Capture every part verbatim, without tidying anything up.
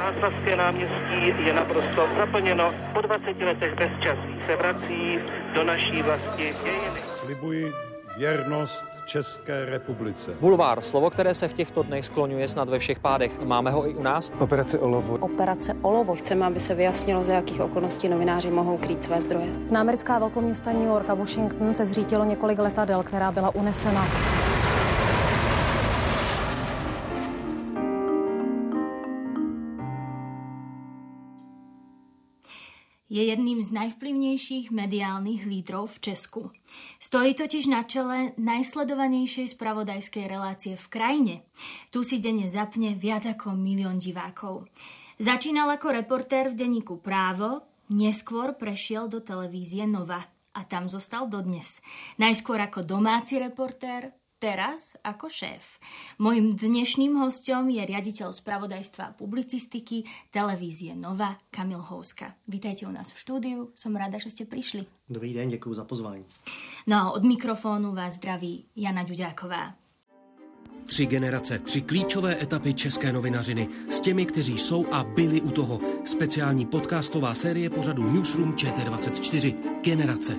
Václavské náměstí je naprosto zaplněno. Po dvaceti letech bezčasí se vrací do naší vlasti dějiny. Slibuji věrnost České republice. Bulvár, slovo, které se v těchto dnech skloňuje snad ve všech pádech. Máme ho i u nás? Operace Olovo. Operace Olovo. Chceme, aby se vyjasnilo, za jakých okolností novináři mohou krýt své zdroje. Na americká velkoměsta New York a Washington se zřítilo několik letadel, která byla unesena. Je jedným z najvplyvnejších mediálnych lídrov v Česku. Stojí totiž na čele najsledovanejšej spravodajskej relácie v krajine. Tu si denne zapne viac ako milión divákov. Začínal ako reportér v denníku Právo, neskôr prešiel do televízie Nova a tam zostal dodnes. Najskôr ako domáci reportér, teraz ako šéf. Mojím dnešným hosťom je riaditeľ spravodajstva a publicistiky televízie Nova Kamil Houska. Vítajte u nás v štúdiu, som rada, že ste prišli. Dobrý den, děkuji za pozvání. No a od mikrofónu vás zdraví Jana Ďuďáková. Tři generace, tři klíčové etapy české novinařiny s těmi, kteří jsou a byli u toho. Speciální podcastová série pořadu Newsroom Č T dvacet čtyři. Generace.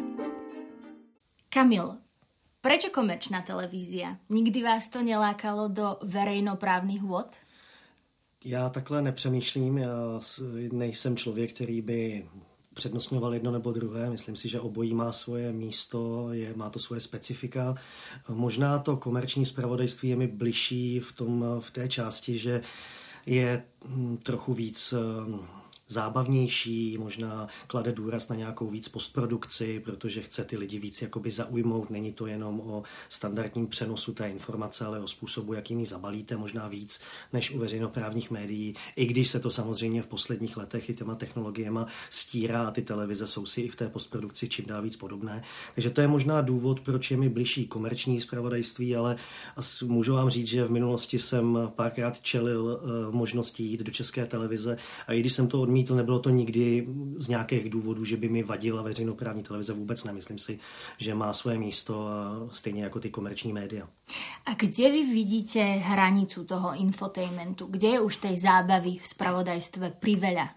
Kamil, prečo komerčná televízia? Nikdy vás to nelákalo do verejnoprávnych vod? Já takhle nepřemýšlím, já nejsem člověk, který by přednostňoval jedno nebo druhé. Myslím si, že obojí má svoje místo, je, má to svoje specifika. Možná to komerční zpravodajství je mi bližší v, tom, v té části, že je trochu víc zábavnější, možná klade důraz na nějakou víc postprodukci, protože chce ty lidi víc jakoby zaujmout. Není to jenom o standardním přenosu té informace, ale o způsobu, jakým ji zabalíte, možná víc než u veřejnoprávních médií. I když se to samozřejmě v posledních letech i těma technologiema stírá a ty televize jsou si i v té postprodukci čím dál víc podobné. Takže to je možná důvod, proč je mi bližší komerční zpravodajství, ale můžu vám říct, že v minulosti jsem párkrát čelil uh, možnosti jít do České televize a i když jsem to odmítl, to nebylo to nikdy z nějakých důvodů, že by mi vadila veřejnoprávní televize, vůbec nemyslím si, že má svoje místo stejně jako ty komerční média. A kde vy vidíte hranicu toho infotainmentu? Kde je už tej zábavy v spravodajstve priveľa?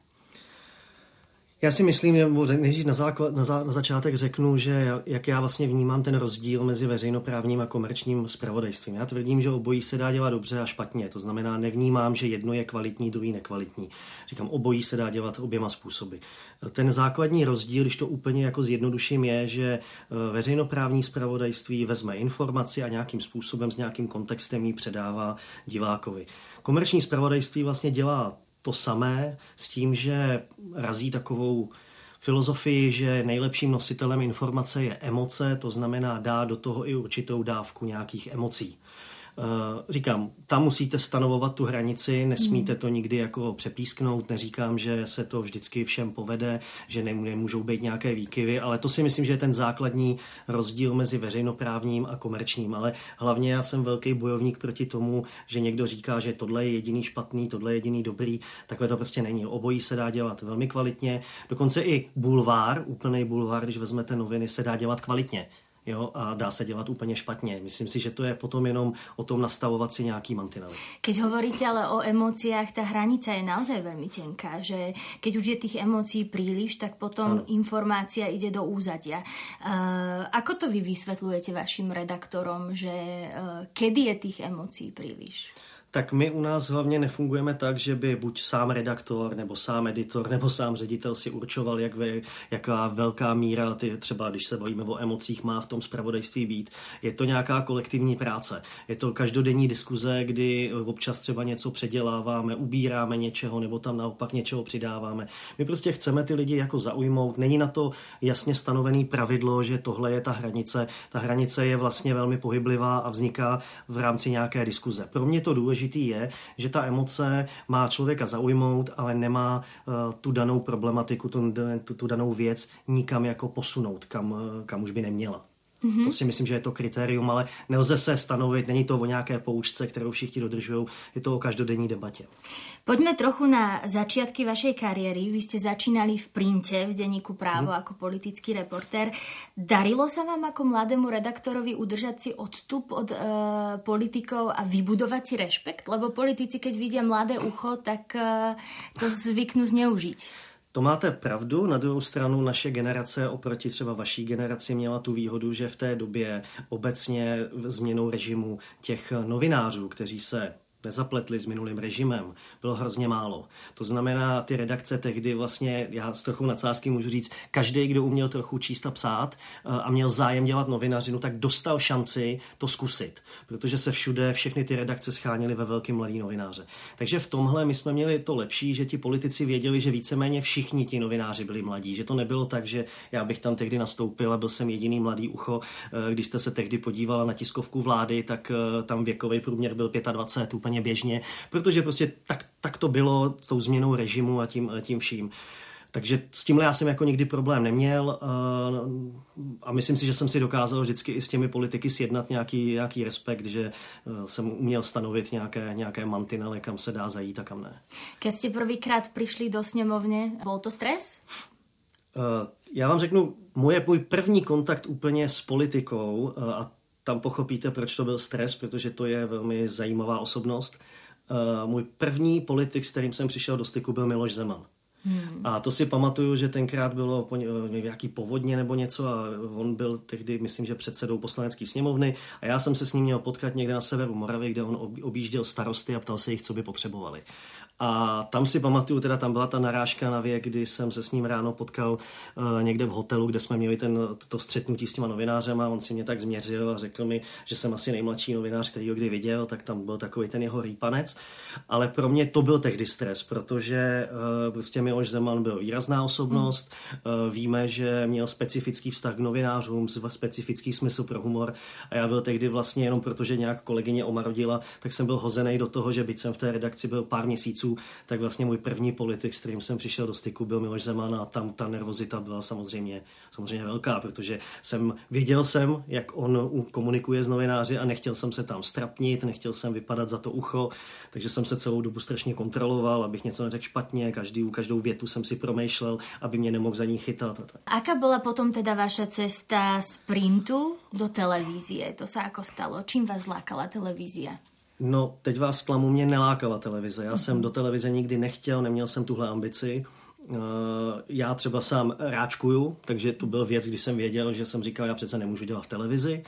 Já si myslím, než na, základ, na, za, na začátek řeknu, že jak já vlastně vnímám ten rozdíl mezi veřejnoprávním a komerčním zpravodajstvím. Já tvrdím, že obojí se dá dělat dobře a špatně. To znamená, nevnímám, že jedno je kvalitní, druhý nekvalitní. Říkám, obojí se dá dělat oběma způsoby. Ten základní rozdíl, když to úplně jako zjednoduším, je, že veřejnoprávní zpravodajství vezme informaci a nějakým způsobem s nějakým kontextem ji předává divákovi. Komerční zpravodajství vlastně dělá to samé s tím, že razí takovou filozofii, že nejlepším nositelem informace je emoce, to znamená dá do toho i určitou dávku nějakých emocí. Říkám, tam musíte stanovovat tu hranici, nesmíte to nikdy jako přepísknout, neříkám, že se to vždycky všem povede, že nemůžou být nějaké výkyvy, ale to si myslím, že je ten základní rozdíl mezi veřejnoprávním a komerčním, ale hlavně já jsem velký bojovník proti tomu, že někdo říká, že tohle je jediný špatný, tohle je jediný dobrý, takhle to prostě není. Obojí se dá dělat velmi kvalitně, dokonce i bulvár, úplný bulvár, když vezmete noviny, se dá dělat kvalitně. Jo, a dá se dělat úplně špatně. Myslím si, že to je potom jenom o tom nastavovat si nějaký mantinely. Keď hovoríte ale o emóciách, tá hranica je naozaj veľmi tenká, že keď už je tých emócií príliš, tak potom ano. Informácia ide do úzadia. Uh, ako to vy vysvetľujete vašim redaktorom, že uh, kedy je tých emócií príliš? Tak my u nás hlavně nefungujeme tak, že by buď sám redaktor, nebo sám editor, nebo sám ředitel si určoval, jak ve, jaká velká míra, ty, třeba když se bavíme o emocích, má v tom zpravodajství být. Je to nějaká kolektivní práce. Je to každodenní diskuze, kdy občas třeba něco předěláváme, ubíráme něčeho, nebo tam naopak něčeho přidáváme. My prostě chceme ty lidi jako zaujmout. Není na to jasně stanovený pravidlo, že tohle je ta hranice. Ta hranice je vlastně velmi pohyblivá a vzniká v rámci nějaké diskuze. Pro mě to důležité je, že ta emoce má člověka zaujmout, ale nemá uh, tu danou problematiku, tu, tu, tu danou věc nikam jako posunout, kam, kam už by neměla. Mm-hmm. To si myslím, že je to kritérium, ale nelze se stanovit, není to o nějaké poučce, kterou všichni dodržují, je to o každodenní debatě. Poďme trochu na začiatky vašej kariéry. Vy ste začínali v printe, v denníku Právo mm. ako politický reportér. Darilo sa vám ako mladému redaktorovi udržať si odstup od e, politikov a vybudovať si rešpekt? Lebo politici, keď vidia mladé ucho, tak e, to zvyknú zneužiť. To máte pravdu, na druhou stranu naše generace oproti třeba vaší generaci měla tu výhodu, že v té době obecně změnou režimu těch novinářů, kteří se nezapletli s minulým režimem, bylo hrozně málo. To znamená, ty redakce tehdy vlastně, já s trochu nadsázky můžu říct, každý, kdo uměl trochu číst a psát a měl zájem dělat novinařinu, tak dostal šanci to zkusit, protože se všude všechny ty redakce schánily ve velkým mladý novináře. Takže v tomhle my jsme měli to lepší, že ti politici věděli, že víceméně všichni ti novináři byli mladí, že to nebylo tak, že já bych tam tehdy nastoupil a byl jsem jediný mladý ucho. Když jste se tehdy podívala na tiskovku vlády, tak tam věkový průměr byl dvacet pět, úplně běžně, protože prostě tak, tak to bylo s tou změnou režimu a tím, tím vším. Takže s tímhle já jsem jako nikdy problém neměl a myslím si, že jsem si dokázal vždycky i s těmi politiky sjednat nějaký, nějaký respekt, že jsem uměl stanovit nějaké, nějaké mantinely, kam se dá zajít a kam ne. Keď ste prvýkrát prišli do sněmovny, bol to stres? Já vám řeknu, moje můj první kontakt úplně s politikou a tam pochopíte, proč to byl stres, protože to je velmi zajímavá osobnost. Uh, můj první politik, s kterým jsem přišel do styku, byl Miloš Zeman. Hmm. A to si pamatuju, že tenkrát bylo po nějaký povodně nebo něco a on byl tehdy, myslím, že předsedou poslanecké sněmovny a já jsem se s ním měl potkat někde na severu Moravy, kde on objížděl starosty a ptal se jich, co by potřebovali. A tam si pamatuju, teda tam byla ta narážka na věk, kdy jsem se s ním ráno potkal uh, někde v hotelu, kde jsme měli ten, to střetnutí s těma novinářem a on si mě tak změřil a řekl mi, že jsem asi nejmladší novinář, který ho kdy viděl, tak tam byl takový ten jeho rýpanec. Ale pro mě to byl tehdy stres, protože uh, prostě Miloš Zeman byl výrazná osobnost, hmm. uh, víme, že měl specifický vztah k novinářům, specifický smysl pro humor a já byl tehdy vlastně jenom protože nějak kolegyně omarodila, tak jsem byl hozený do toho, že byť jsem v té redakci byl pár měsíců, tak vlastně můj první politik, s kterým jsem přišel do styku, byl Miloš Zeman a tam ta nervozita byla samozřejmě, samozřejmě velká, protože jsem věděl jsem, jak on komunikuje s novináři a nechtěl jsem se tam strapnit, nechtěl jsem vypadat za to ucho, takže jsem se celou dobu strašně kontroloval, abych něco neřekl špatně, každý, každou větu jsem si promýšlel, aby mě nemohl za ní chytat. A tak. Aká byla potom teda vaša cesta z printu do televízie? To se jako stalo? Čím vás lákala televízia? No, teď vás zklamu, mě nelákala televize. Já jsem do televize nikdy nechtěl, neměl jsem tuhle ambici. Já třeba sám ráčkuju, takže to byl věc, když jsem věděl, že jsem říkal, já přece nemůžu dělat v televizi.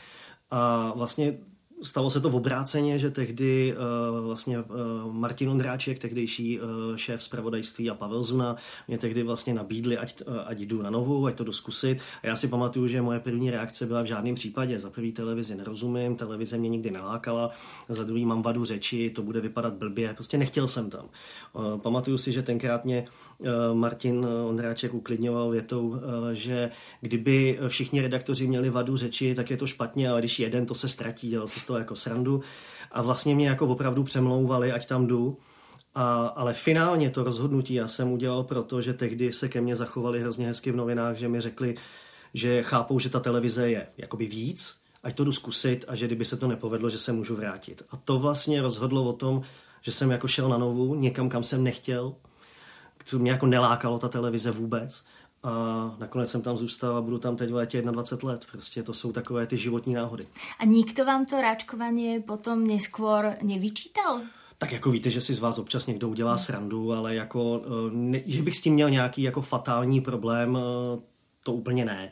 A vlastně stalo se to v obráceně, že tehdy uh, vlastně uh, Martin Ondráček, tehdejší uh, šéf zpravodajství a Pavel Zuna mě tehdy vlastně nabídli, ať, uh, ať jdu na novou, ať to jdu zkusit. A já si pamatuju, že moje první reakce byla v žádném případě. Za první televizi nerozumím, televize mě nikdy nelákala, za druhý mám vadu řeči, to bude vypadat blbě, prostě nechtěl jsem tam. Uh, pamatuju si, že tenkrát mě uh, Martin Ondráček uklidňoval větou, uh, že kdyby všichni redaktoři měli vadu řeči, tak je to špatně, ale když jeden, to se ztratí, dělal se z toho jako srandu a vlastně mě jako opravdu přemlouvali, ať tam jdu. A, ale finálně to rozhodnutí já jsem udělal proto, že tehdy se ke mně zachovali hrozně hezky v novinách, že mi řekli, že chápou, že ta televize je jakoby víc, ať to jdu zkusit a že kdyby se to nepovedlo, že se můžu vrátit. A to vlastně rozhodlo o tom, že jsem jako šel na novou, někam, kam jsem nechtěl, co mě jako nelákalo ta televize vůbec. A nakonec jsem tam zůstal a budu tam teď v létě dvacet jedna let. Prostě to jsou takové ty životní náhody. A nikto vám to ráčkovanie potom neskôr nevyčítal? Tak jako víte, že si z vás občas někdo udělá srandu, ale jako, ne, že bych s tím měl nějaký jako fatální problém, to úplně ne.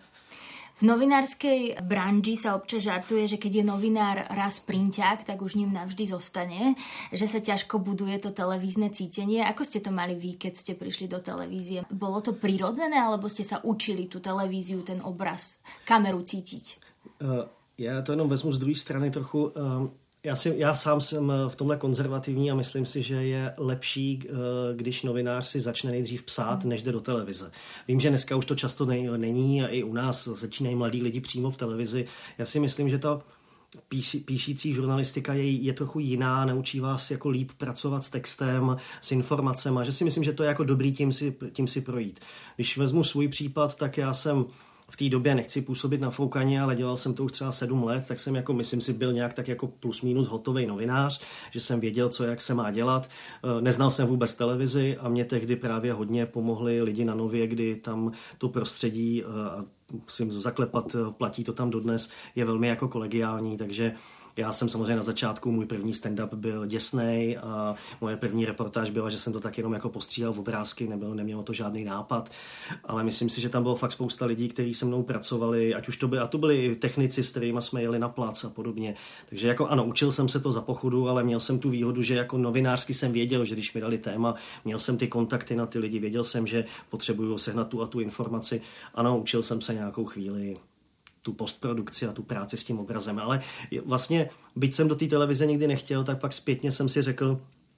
V novinárskej branži sa občas žartuje, že keď je novinár raz prinťák, tak už ním navždy zostane, že sa ťažko buduje to televízne cítenie. Ako ste to mali vy, keď ste prišli do televízie? Bolo to prirodzené, alebo ste sa učili tú televíziu, ten obraz, kameru cítiť? Uh, já to jenom vezmu z druhé strany trochu. Uh, Já, si, já sám jsem v tomhle konzervativní a myslím si, že je lepší, když novinář si začne nejdřív psát, než jde do televize. Vím, že dneska už to často není a i u nás začínají mladí lidi přímo v televizi. Já si myslím, že ta píši, píšící žurnalistika je, je trochu jiná, naučí vás jako líp pracovat s textem, s informacemi, že si myslím, že to je jako dobrý tím si, tím si projít. Když vezmu svůj případ, tak já jsem v té době nechci působit na foukaně, ale dělal jsem to už třeba sedm let, tak jsem jako, myslím si, byl nějak tak jako plus minus hotový novinář, že jsem věděl, co jak se má dělat. Neznal jsem vůbec televizi a mě tehdy právě hodně pomohli lidi na Nově, kdy tam to prostředí, a musím zaklepat, platí to tam dodnes, je velmi jako kolegiální, takže já jsem samozřejmě na začátku, můj první stand-up byl děsnej a moje první reportáž byla, že jsem to tak jenom jako postříhal v obrázky, nebylo, nemělo to žádný nápad, ale myslím si, že tam bylo fakt spousta lidí, kteří se mnou pracovali, ať už to byli, a to byli technici, s kterými jsme jeli na plac a podobně. Takže jako ano, učil jsem se to za pochodu, ale měl jsem tu výhodu, že jako novinářsky jsem věděl, že když mi dali téma, měl jsem ty kontakty na ty lidi, věděl jsem, že potřebuju sehnat tu a tu informaci. Ano, učil jsem se nějakou chvíli tu postprodukci a tu práci s tím obrazem. Ale vlastně, byť jsem do té televize nikdy nechtěl, tak pak zpětně jsem si řekl,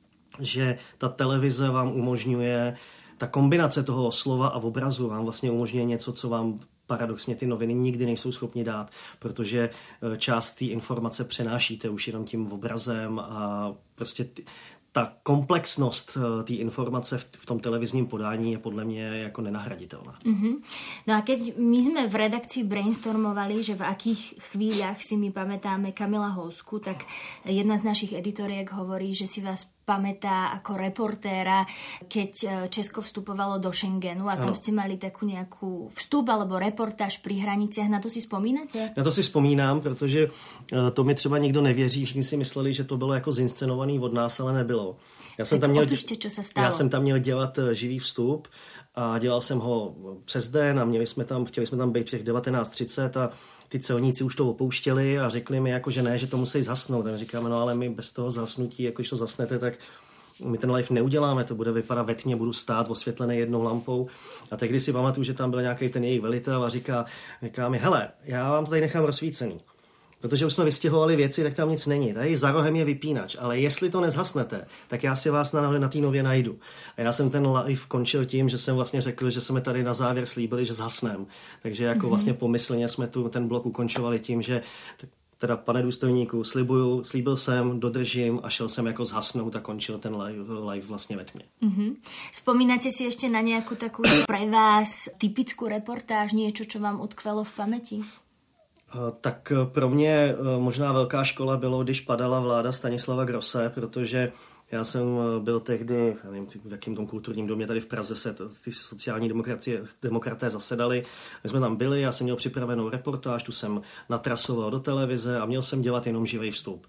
že ta televize vám umožňuje, ta kombinace toho slova a obrazu vám vlastně umožňuje něco, co vám paradoxně ty noviny nikdy nejsou schopni dát, protože část té informace přenášíte už jenom tím obrazem a prostě ty, ta komplexnost té informace v, v tom televizním podání je podle mě jako nenahraditelná. Mm-hmm. No a keď my sme v redakcii brainstormovali, že v akých chvíľach si my pamätáme Kamila Housku, tak jedna z našich editoriek hovorí, že si vás pamätá ako reportéra, keď Česko vstupovalo do Schengenu a tam ano. ste mali takú nejakú vstup alebo reportáž pri hraniciach. Na to si vzpomínáte? Na to si vzpomínám, protože to mi třeba nikdo nevěří. Všichni si mysleli, že to bylo jako zinscenovaný od nás, ale nebylo. Já jsem, tak tam měl, opíšte, čo sa stalo. Já jsem tam měl dělat živý vstup a dělal jsem ho přes den a měli jsme tam, chtěli jsme tam být v těch devatenáct třicet a ty celníci už to opouštěli a řekli mi, jako, že ne, že to musí zhasnout. A říkáme, no ale my bez toho zhasnutí, jako když to zasnete, tak my ten live neuděláme, to bude vypadat ve tmě, budu stát osvětlený jednou lampou. A tehdy si pamatuju, že tam byl nějaký ten jejich velitel a říká, říká mi, hele, já vám tady nechám rozsvícený. Protože už jsme vystěhovali věci, tak tam nic není. Tady za rohem je vypínač, ale jestli to nezhasnete, tak já si vás na, na té Nově najdu. A já jsem ten live končil tím, že jsem vlastně řekl, že jsme tady na závěr slíbili, že zhasnem. Takže jako mm-hmm. vlastně pomyslně jsme tu ten blok ukončovali tím, že teda pane důstojníku, slibuju, slíbil jsem, dodržím a šel jsem jako zhasnout a končil ten live, live vlastně ve tmě. Mm-hmm. Spomínate si ešte na nejakú takú pre vás typickú reportáž, niečo, čo vám utkvelo v pamäti? Tak pro mě možná velká škola bylo, když padala vláda Stanislava Grosse, protože já jsem byl tehdy, já nevím, v jakém tom kulturním domě tady v Praze se ty sociální demokracie, demokraté zasedali. My jsme tam byli, já jsem měl připravenou reportáž, tu jsem natrasoval do televize a měl jsem dělat jenom živý vstup.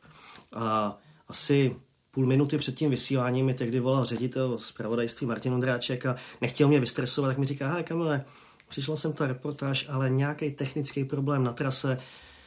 A asi půl minuty před tím vysíláním mi tehdy volal ředitel zpravodajství Martin Ondráček a nechtěl mě vystresovat, tak mi říká, hej Kamile, přišel jsem ta reportáž, ale nějaký technický problém na trase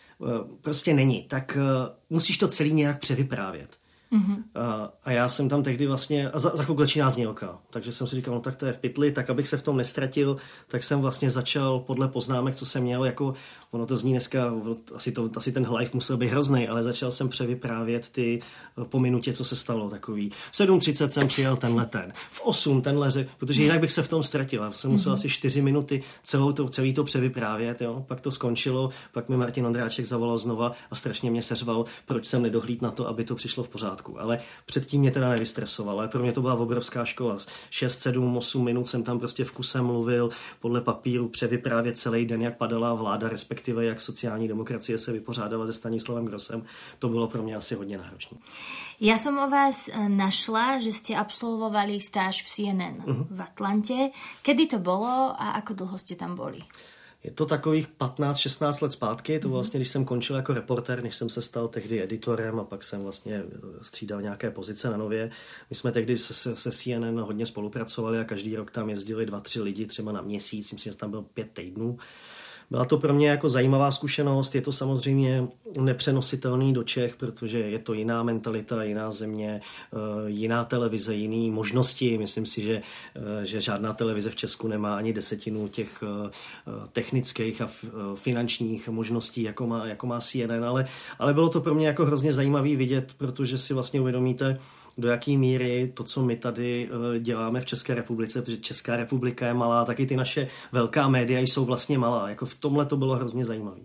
prostě není. Tak musíš to celý nějak převyprávět. Mm-hmm. A, a já jsem tam tehdy vlastně, a za, za chvilku začíná znělka, takže jsem si říkal, no tak to je v pytli, tak abych se v tom nestratil, tak jsem vlastně začal podle poznámek, co jsem měl, jako, ono to zní dneska, asi, to, asi ten live musel být hrozný, ale začal jsem převyprávět ty po minutě, co se stalo, takový. V sedm třicet jsem přijel tenhle ten, v osm tenhle řek, protože jinak bych se v tom ztratil, já jsem musel mm-hmm. asi čtyři minuty celou to, celý to převyprávět, jo? Pak to skončilo, pak mi Martin Ondráček zavolal znova a strašně mě seřval, proč jsem nedohlídl na to, aby to přišlo v pořádku. Ale předtím mě teda nevystresovalo. Ale pro mě to byla obrovská škola. šest, sedm, osm minut jsem tam prostě v kuse mluvil, podle papíru převyprávět celý den, jak padala vláda, respektive jak sociální demokracie se vypořádala se Stanislavem Grossem. To bylo pro mě asi hodně náročné. Ja som o vás našla, že ste absolvovali stáž v C N N uh-huh. v Atlante. Kedy to bolo a ako dlho ste tam boli? Je to takových patnáct šestnáct let zpátky, to vlastně, když jsem končil jako reportér, než jsem se stal tehdy editorem a pak jsem vlastně střídal nějaké pozice na Nově. My jsme tehdy se, se C N N hodně spolupracovali a každý rok tam jezdili dva, tři lidi, třeba na měsíc, myslím, že tam byl pět týdnů. Byla to pro mě jako zajímavá zkušenost, je to samozřejmě nepřenositelný do Čech, protože je to jiná mentalita, jiná země, jiná televize, jiné možnosti. Myslím si, že, že žádná televize v Česku nemá ani desetinu těch technických a finančních možností, jako má, jako má C N N, ale, ale bylo to pro mě jako hrozně zajímavý vidět, protože si vlastně uvědomíte, do jaký míry to, co my tady děláme v České republice, protože Česká republika je malá, taky ty naše velká média jsou vlastně malá. Jako v tomhle to bylo hrozně zajímavé.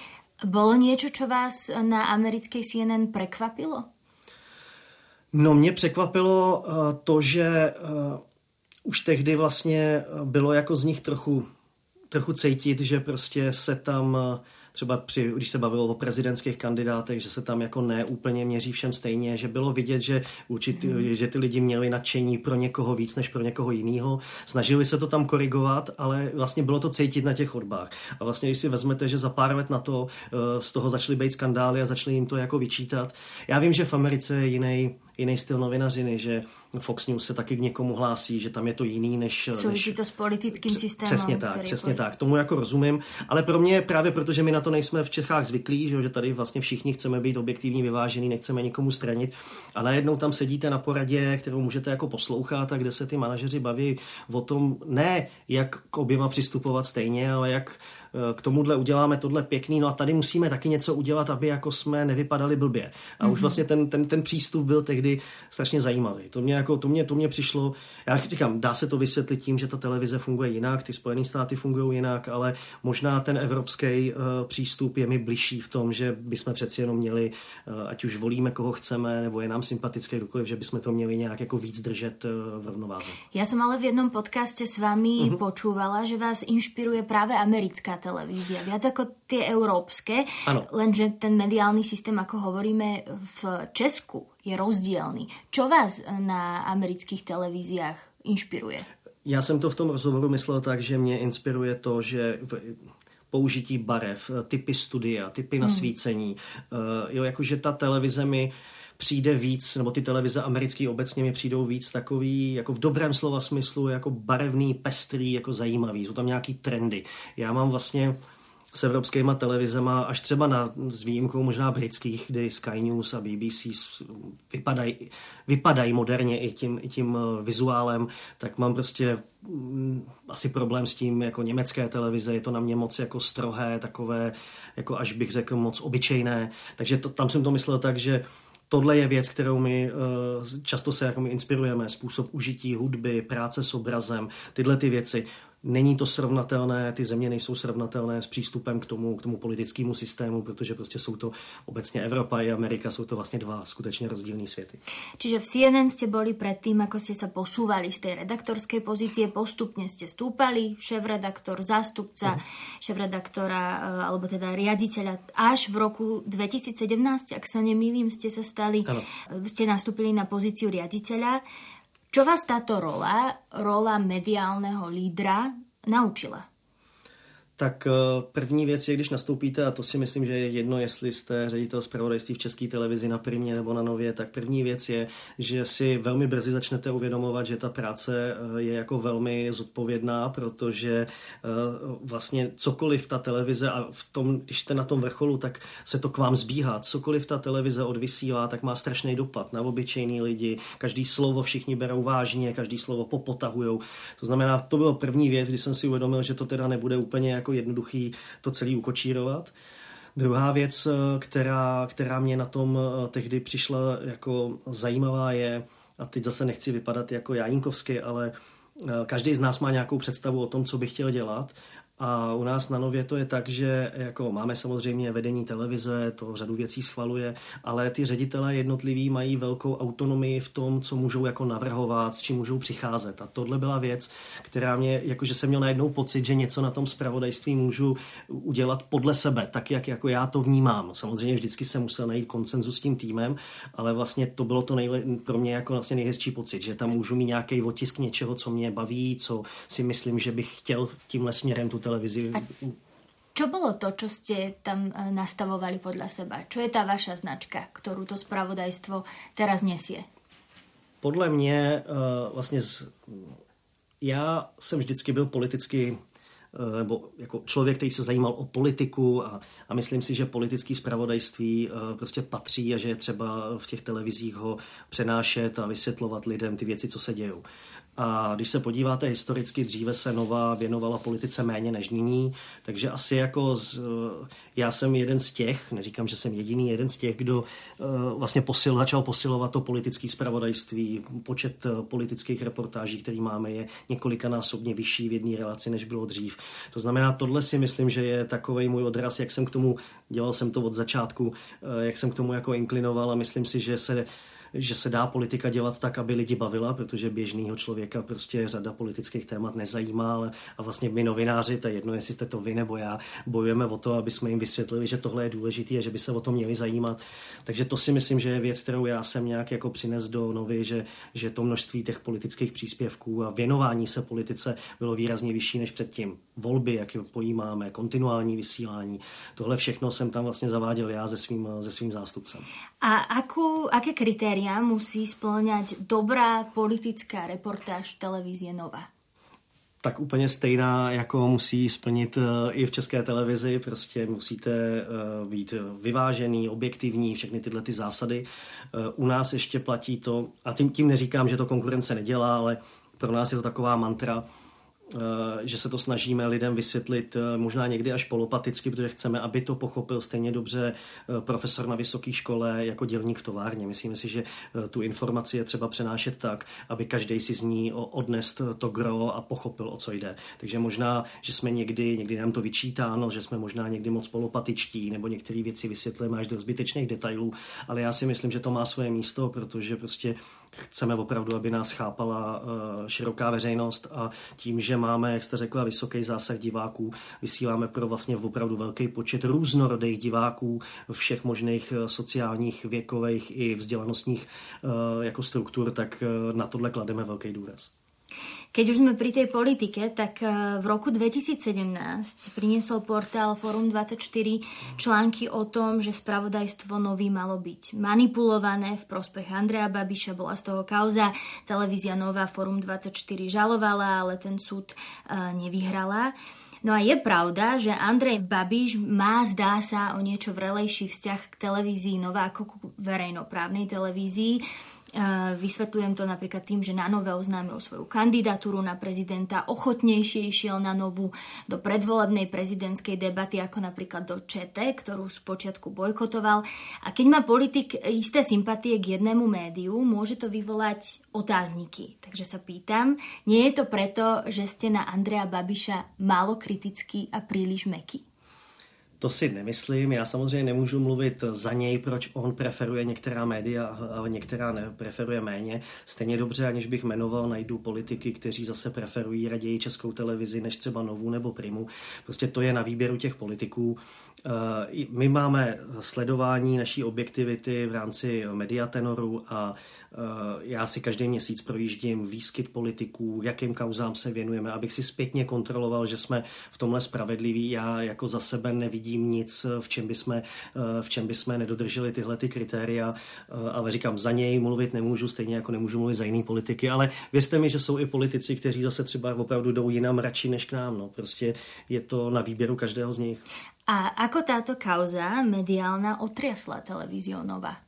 Bolo niečo, čo vás na americkej C N N prekvapilo? No mě překvapilo to, že už tehdy vlastně bylo jako z nich trochu trochu cítit, že prostě se tam třeba při, když se bavilo o prezidentských kandidátech, že se tam jako ne úplně měří všem stejně, že bylo vidět, že, určit, mm. že ty lidi měli nadšení pro někoho víc než pro někoho jiného. Snažili se to tam korigovat, ale vlastně bylo to cítit na těch chodbách. A vlastně, když si vezmete, že za pár let na to z toho začaly být skandály a začali jim to jako vyčítat. Já vím, že v Americe je jiný jiný styl novinařiny, že Fox News se taky k někomu hlásí, že tam je to jiný než... Souvisí to s politickým systémem. Přesně tak, přesně tak. Tomu jako rozumím, ale pro mě právě protože my na to nejsme v Čechách zvyklí, že tady vlastně všichni chceme být objektivní, vyvážený, nechceme nikomu stranit a najednou tam sedíte na poradě, kterou můžete jako poslouchat a kde se ty manažeři baví o tom, ne jak k oběma přistupovat stejně, ale jak k tomuhle uděláme tohle pěkný, no a tady musíme taky něco udělat, aby jako jsme nevypadali blbě. A mm-hmm. už vlastně ten, ten, ten přístup byl tehdy strašně zajímavý. To mě, jako, to, mě, to mě přišlo, já říkám, dá se to vysvětlit tím, že ta televize funguje jinak, ty Spojené státy fungují jinak, ale možná ten evropský uh, přístup je mi bližší v tom, že bychom přeci jenom měli, uh, ať už volíme, koho chceme, nebo je nám sympatický kdokoliv, že bychom to měli nějak jako víc držet uh, v rovnováze. Já jsem ale v jednom podcaste s vámi mm-hmm. počúvala, že vás inšpiruje práve americká televízia, viac ako tie európske, ano. Lenže ten mediálny systém, ako hovoríme v Česku, je rozdielný. Čo vás na amerických televíziách inšpiruje? Já jsem to v tom rozhovoru myslel tak, že mě inspiruje to, že použití barev, typy studia, typy nasvícení, hmm. jo, jakože ta televize mi přijde víc, nebo ty televize americké obecně mi přijdou víc takový, jako v dobrém slova smyslu, jako barevný, pestrý, jako zajímavý. Jsou tam nějaký trendy. Já mám vlastně s evropskýma televizema, až třeba na, s výjimkou možná britských, kdy Sky News a B B C vypadají vypadaj moderně i tím, i tím vizuálem, tak mám prostě mm, asi problém s tím, jako německé televize, je to na mě moc jako strohé, takové, jako až bych řekl moc obyčejné. Takže to, tam jsem to myslel tak, že tohle je věc, kterou my uh, často se jako my inspirujeme, způsob užití hudby, práce s obrazem, tyhle ty věci. Není to srovnatelné, ty země nejsou srovnatelné s přístupem k tomu, k tomu politickému systému, protože prostě jsou to obecně Evropa i Amerika, jsou to vlastně dva skutečně rozdílný světy. Čiže v C N N ste boli predtým, ako ste sa posúvali z tej redaktorskej pozície, postupne ste stúpali, šéf-redaktor, zástupca, uh-huh. šéf-redaktora, alebo teda riaditeľa, až v roku dvetisícsedemnásť, ak sa nemýlim, ste sa stali, ano. Ste nastúpili na pozíciu riaditeľa. Čo vás táto rola, rola mediálneho lídra naučila? Tak první věc je, když nastoupíte, a to si myslím, že je jedno, jestli jste ředitel zpravodajství v České televizi na Primě nebo na Nově, tak první věc je, že si velmi brzy začnete uvědomovat, že ta práce je jako velmi zodpovědná, protože vlastně cokoliv ta televize, a v tom, když jste na tom vrcholu, tak se to k vám zbíhá. Cokoliv ta televize odvysílá, tak má strašný dopad na obyčejný lidi. Každý slovo všichni berou vážně, každý slovo popotahujou. To znamená, to bylo první věc, kdy jsem si uvědomil, že to teda nebude úplně jako jednoduchý to celý ukočírovat. Druhá věc, která, která mě na tom tehdy přišla jako zajímavá je, a teď zase nechci vypadat jako jajínkovsky, ale každý z nás má nějakou představu o tom, co by chtěl dělat. A u nás na Nově to je tak, že jako máme samozřejmě vedení televize, to řadu věcí schvaluje, ale ty ředitelé jednotliví mají velkou autonomii v tom, co můžou jako navrhovat, s čím můžou přicházet. A tohle byla věc, která mě, jakože jsem měl najednou pocit, že něco na tom zpravodajství můžu udělat podle sebe, tak jak jako já to vnímám. Samozřejmě vždycky jsem musel najít konsenzus s tím týmem, ale vlastně to bylo to nejle, pro mě jako vlastně nejhezčí pocit, že tam můžu mít nějaký otisk něčeho, co mě baví, co si myslím, že bych chtěl tímhle směrem tu televizi. A čo bolo to, čo ste tam nastavovali podľa seba? Čo je tá vaša značka, ktorú to spravodajstvo teraz nesie? Podle mě vlastně z, já jsem vždycky byl politicky nebo jako člověk, který se zajímal o politiku a, a myslím si, že politický zpravodajství prostě patří a že je třeba v těch televizích ho přenášet a vysvětlovat lidem ty věci, co se dějou. A když se podíváte historicky, dříve se Nova věnovala politice méně než nyní, takže asi jako z, já jsem jeden z těch, neříkám, že jsem jediný, jeden z těch, kdo vlastně posil, začal posilovat to politické zpravodajství. Počet politických reportáží, který máme, je několikanásobně vyšší v jedné relaci, než bylo dřív. To znamená, tohle si myslím, že je takovej můj odraz, jak jsem k tomu, dělal jsem to od začátku, jak jsem k tomu jako inklinoval a myslím si, že se že se dá politika dělat tak, aby lidi bavila, protože běžného člověka prostě řada politických témat nezajímá, ale a vlastně my novináři, to je jedno, jestli jste to vy nebo já, bojujeme o to, aby jsme jim vysvětlili, že tohle je důležité a že by se o to měli zajímat. Takže to si myslím, že je věc, kterou já jsem nějak jako přines do Novy, že, že to množství těch politických příspěvků a věnování se politice bylo výrazně vyšší než předtím. Volby, jak je pojímáme, kontinuální vysílání, tohle všechno jsem tam vlastně zaváděl já se svým, se svým zástupcem. A akú, aké kritéria musí spĺňať dobrá politická reportáž televízie Nova? Tak úplně stejná, jako musí splnit i v České televizi. Prostě musíte být vyvážený, objektivní, všechny tyhle ty zásady. U nás ještě platí to, a tím, tím neříkám, že to konkurence nedělá, ale pro nás je to taková mantra, že se to snažíme lidem vysvětlit možná někdy až polopaticky, protože chceme, aby to pochopil stejně dobře profesor na vysoké škole jako dělník v továrně. Myslíme si, že tu informaci je třeba přenášet tak, aby každý si z ní odnest to gro a pochopil, o co jde. Takže možná, že jsme někdy, někdy nám to vyčítáno, že jsme možná někdy moc polopatičtí nebo některé věci vysvětlujeme až do zbytečných detailů, ale já si myslím, že to má svoje místo, protože prostě chceme opravdu, aby nás chápala široká veřejnost a tím, že máme, jak jste řekla, vysoký zásah diváků, vysíláme pro vlastně opravdu velký počet různorodých diváků všech možných sociálních, věkových i vzdělanostních jako struktur, tak na tohle klademe velký důraz. Keď už sme pri tej politike, tak v roku dvetisícsedemnásť priniesol portál Forum dvadsaťštyri články o tom, že spravodajstvo Nový malo byť manipulované v prospech Andreja Babiša, bola z toho kauza, televízia Nova Forum dvadsaťštyri žalovala, ale ten súd nevyhrala. No a je pravda, že Andrej Babiš má, zdá sa, o niečo vrelejší vzťah k televízii Nova ako k verejnoprávnej televízii. Vysvetľujem to napríklad tým, že na Nové oznámil svoju kandidatúru na prezidenta, ochotnejšie išiel na Novú do predvolebnej prezidentskej debaty ako napríklad do ČT, ktorú spočiatku bojkotoval. A keď má politik isté sympatie k jednému médiu, môže to vyvolať otázniky. Takže sa pýtam, nie je to preto, že ste na Andreja Babiša málo kritický a príliš mäkký? To si nemyslím, já samozřejmě nemůžu mluvit za něj, proč on preferuje některá média a některá ne, preferuje méně. Stejně dobře, aniž bych jmenoval, najdu politiky, kteří zase preferují raději Českou televizi než třeba Novu nebo Primu. Prostě to je na výběru těch politiků. My máme sledování naší objektivity v rámci Mediatenoru a já si každý měsíc projíždím výskyt politiků, jakým kauzám se věnujeme, abych si zpětně kontroloval, že jsme v tomhle spravedliví. Já jako za sebe nevidím nic, v čem bychom, v čem bychom nedodrželi tyhle ty kritéria, ale říkám, za něj mluvit nemůžu, stejně jako nemůžu mluvit za jiný politiky, ale věřte mi, že jsou i politici, kteří zase třeba opravdu jdou jinam radši než k nám. No. Prostě je to na výběru každého z nich. A ako táto kauza mediálna otriasla televíziou Nova?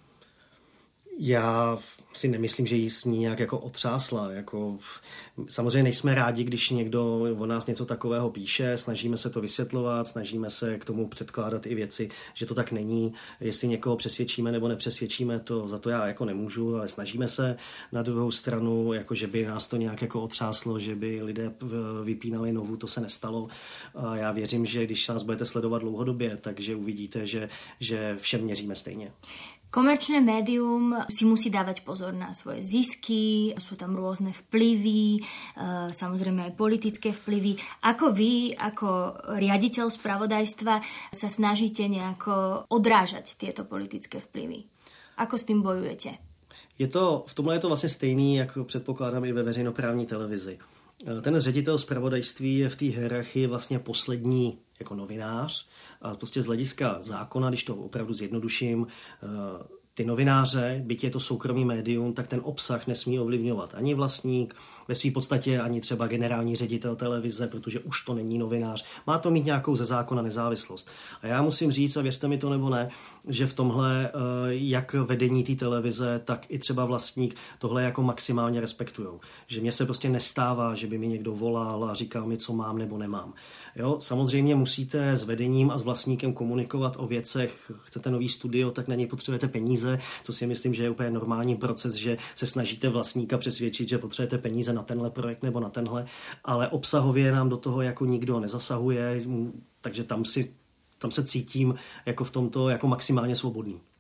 Já si nemyslím, že jí s ní nějak jako otřásla. Jako, samozřejmě nejsme rádi, když někdo o nás něco takového píše, snažíme se to vysvětlovat, snažíme se k tomu předkládat i věci, že to tak není. Jestli někoho přesvědčíme nebo nepřesvědčíme, to za to já jako nemůžu, ale snažíme se. Na druhou stranu, jako že by nás to nějak jako otřáslo, že by lidé vypínali Novu, to se nestalo. A já věřím, že když nás budete sledovat dlouhodobě, takže uvidíte, že, že všem měříme stejně. Komerčné médium si musí dávať pozor na svoje zisky, sú tam rôzne vplyvy, samozrejme aj politické vplyvy. Ako vy, ako riaditeľ spravodajstva, sa snažíte nejako odrážať tieto politické vplyvy? Ako s tým bojujete? Je to, v tomhle je to vlastně stejný, jako předpokládám i ve veřejnoprávní televizi. Ten ředitel zpravodajství je v té hierarchii vlastně poslední jako novinář a prostě z hlediska zákona, když to opravdu zjednoduším, ty novináře, byť je to soukromý médium, tak ten obsah nesmí ovlivňovat ani vlastník, ve své podstatě ani třeba generální ředitel televize, protože už to není novinář. Má to mít nějakou ze zákona nezávislost. A já musím říct, a věřte mi to nebo ne, že v tomhle jak vedení té televize, tak i třeba vlastník tohle jako maximálně respektujou. Že mně se prostě nestává, že by mi někdo volal a říkal mi, co mám nebo nemám. Jo, samozřejmě musíte s vedením a s vlastníkem komunikovat o věcech. Chcete nový studio, tak na něj potřebujete peníze. To si myslím, že je úplně normální proces, že se snažíte vlastníka přesvědčit, že potřebujete peníze na tenhle projekt nebo na tenhle, ale obsahově nám do toho jako nikdo nezasahuje, takže tam, si, tam se cítím jako v tomto jako maximálně svobodný.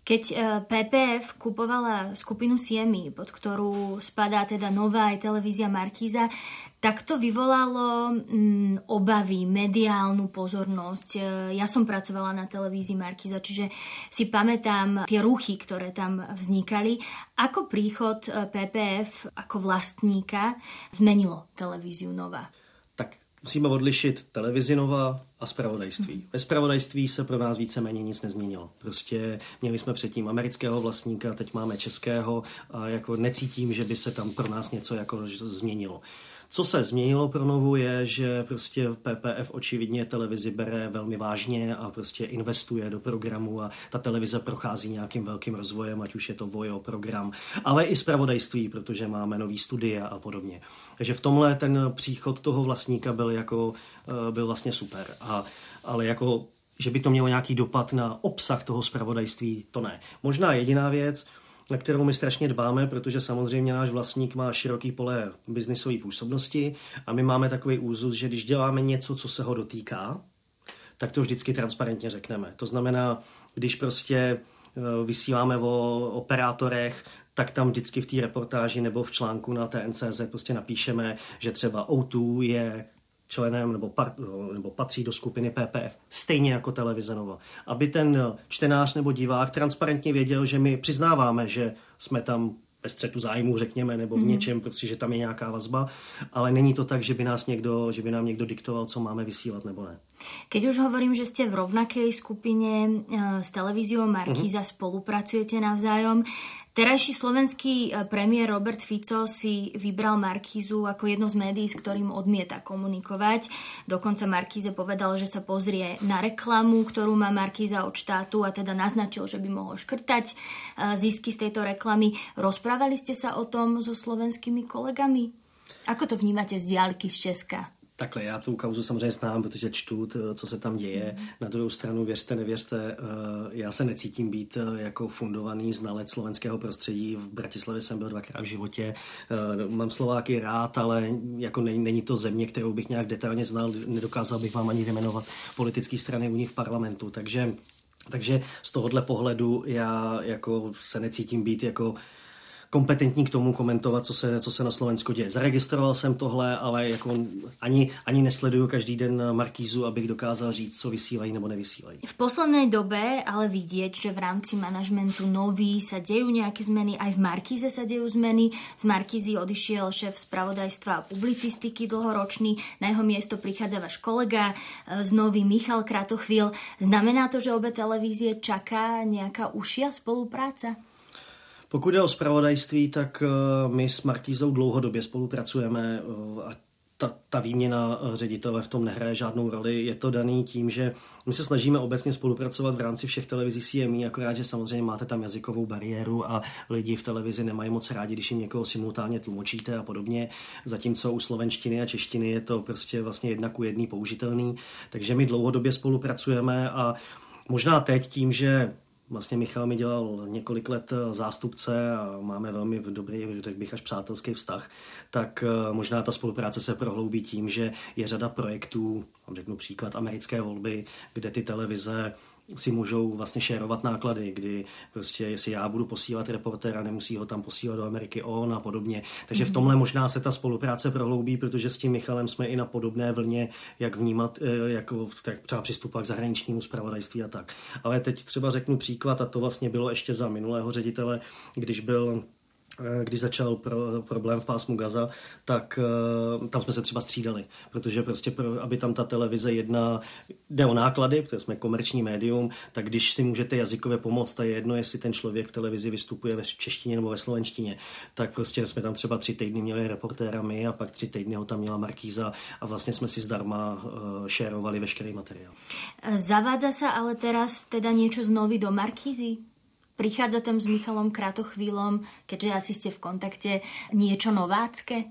Keď pé pé ef kupovala skupinu Siemi, pod ktorú spadá teda nová aj televízia Markíza, tak to vyvolalo mm, obavy, mediálnu pozornosť. Ja som pracovala na televízii Markíza, čiže si pamätám tie ruchy, ktoré tam vznikali. Ako príchod pé pé ef ako vlastníka zmenilo televíziu Nova? Musíme odlišit televizi Nova a zpravodajství. Ve zpravodajství se pro nás víceméně nic nezměnilo. Prostě měli jsme předtím amerického vlastníka, teď máme českého a jako necítím, že by se tam pro nás něco jako změnilo. Co se změnilo pro Novu je, že prostě pé pé ef očividně televizi bere velmi vážně a prostě investuje do programu a ta televize prochází nějakým velkým rozvojem, ať už je to Vojo program, ale i zpravodajství, protože máme nový studia a podobně. Takže v tomhle ten příchod toho vlastníka byl jako byl vlastně super. A, ale jako, že by to mělo nějaký dopad na obsah toho zpravodajství, to ne. Možná jediná věc, na kterou my strašně dbáme, protože samozřejmě náš vlastník má široký pole biznisové působnosti a my máme takový úzus, že když děláme něco, co se ho dotýká, tak to vždycky transparentně řekneme. To znamená, když prostě vysíláme o operátorech, tak tam vždycky v té reportáži nebo v článku na T N C Z prostě napíšeme, že třeba O dva je členem nebo, part, nebo patří do skupiny P P F, stejně jako televize Nova. Aby ten čtenář nebo divák transparentně věděl, že my přiznáváme, že jsme tam ve střetu zájmu, řekněme, nebo v něčem, protože že tam je nějaká vazba, ale není to tak, že by, nás někdo, že by nám někdo diktoval, co máme vysílat nebo ne. Keď už hovorím, že ste v rovnakej skupine s televíziou Markíza uh-huh. spolupracujete navzájom, terajší slovenský premiér Robert Fico si vybral Markízu ako jedno z médií, s ktorým odmieta komunikovať. Dokonca Markíze povedal, že sa pozrie na reklamu, ktorú má Markíza od štátu a teda naznačil, že by mohol škrtať zisky z tejto reklamy. Rozprávali ste sa o tom so slovenskými kolegami? Ako to vnímate z diaľky z Česka? Takhle, já tu kauzu samozřejmě znám, protože čtu, co se tam děje. Na druhou stranu, věřte, nevěřte, já se necítím být jako fundovaný znalec slovenského prostředí. V Bratislavě jsem byl dvakrát v životě. Mám Slováky rád, ale jako není, není to země, kterou bych nějak detailně znal. Nedokázal bych vám ani vyjmenovat politické strany u nich v parlamentu. Takže, takže z tohohle pohledu já jako se necítím být jako kompetentní k tomu komentovat, co se, co se na Slovensku děje. Zaregistroval jsem tohle, ale jako ani, ani nesleduju každý den Markízu, abych dokázal říct, co vysílají nebo nevysílají. V poslednej dobe ale vidieť, že v rámci manažmentu Nový sa dejú nejaké zmeny, aj v Markíze sa dejú zmeny. Z Markízy odišiel šéf spravodajstva a publicistiky dlhoročný, na jeho miesto prichádza váš kolega z Nový Michal Kratochvíl. Znamená to, že obe televízie čaká nejaká užšia spolupráca? Pokud jde o zpravodajství, tak my s Markízou dlouhodobě spolupracujeme a ta, ta výměna ředitele v tom nehraje žádnou roli. Je to daný tím, že my se snažíme obecně spolupracovat v rámci všech televizí C M E, akorát, že samozřejmě máte tam jazykovou bariéru a lidi v televizi nemají moc rádi, když jim někoho simultánně tlumočíte a podobně. Zatímco u slovenštiny a češtiny je to prostě vlastně jedna ku jedný použitelný. Takže my dlouhodobě spolupracujeme a možná teď tím, že vlastně Michal mi dělal několik let zástupce a máme velmi dobrý, řekl bych až přátelský vztah, tak možná ta spolupráce se prohloubí tím, že je řada projektů, vám řeknu příklad americké volby, kde ty televize si můžou vlastně šérovat náklady, kdy prostě jestli já budu posílat reportéra, nemusí ho tam posílat do Ameriky on a podobně. Takže v tomhle možná se ta spolupráce prohloubí, protože s tím Michalem jsme i na podobné vlně, jak vnímat, jako tak třeba přistupovat k zahraničnímu zpravodajství a tak. Ale teď třeba řeknu příklad, a to vlastně bylo ještě za minulého ředitele, když byl když začal pro, problém v pásmu Gaza, tak uh, tam jsme se třeba střídali, protože prostě pro, aby tam ta televize jedna, jde o náklady, protože jsme komerční médium, tak když si můžete jazykově pomoct, a je jedno, jestli ten člověk v televizi vystupuje ve češtině nebo ve slovenštině, tak prostě jsme tam třeba tři týdny měli reportéra my a pak tři týdny ho tam měla Markíza a vlastně jsme si zdarma uh, šerovali veškerý materiál. Zavádza sa ale teraz teda niečo z Nový do Markízy? Prichádza tam s Michalom Kratochvílom, keďže asi ste v kontakte, niečo novácké?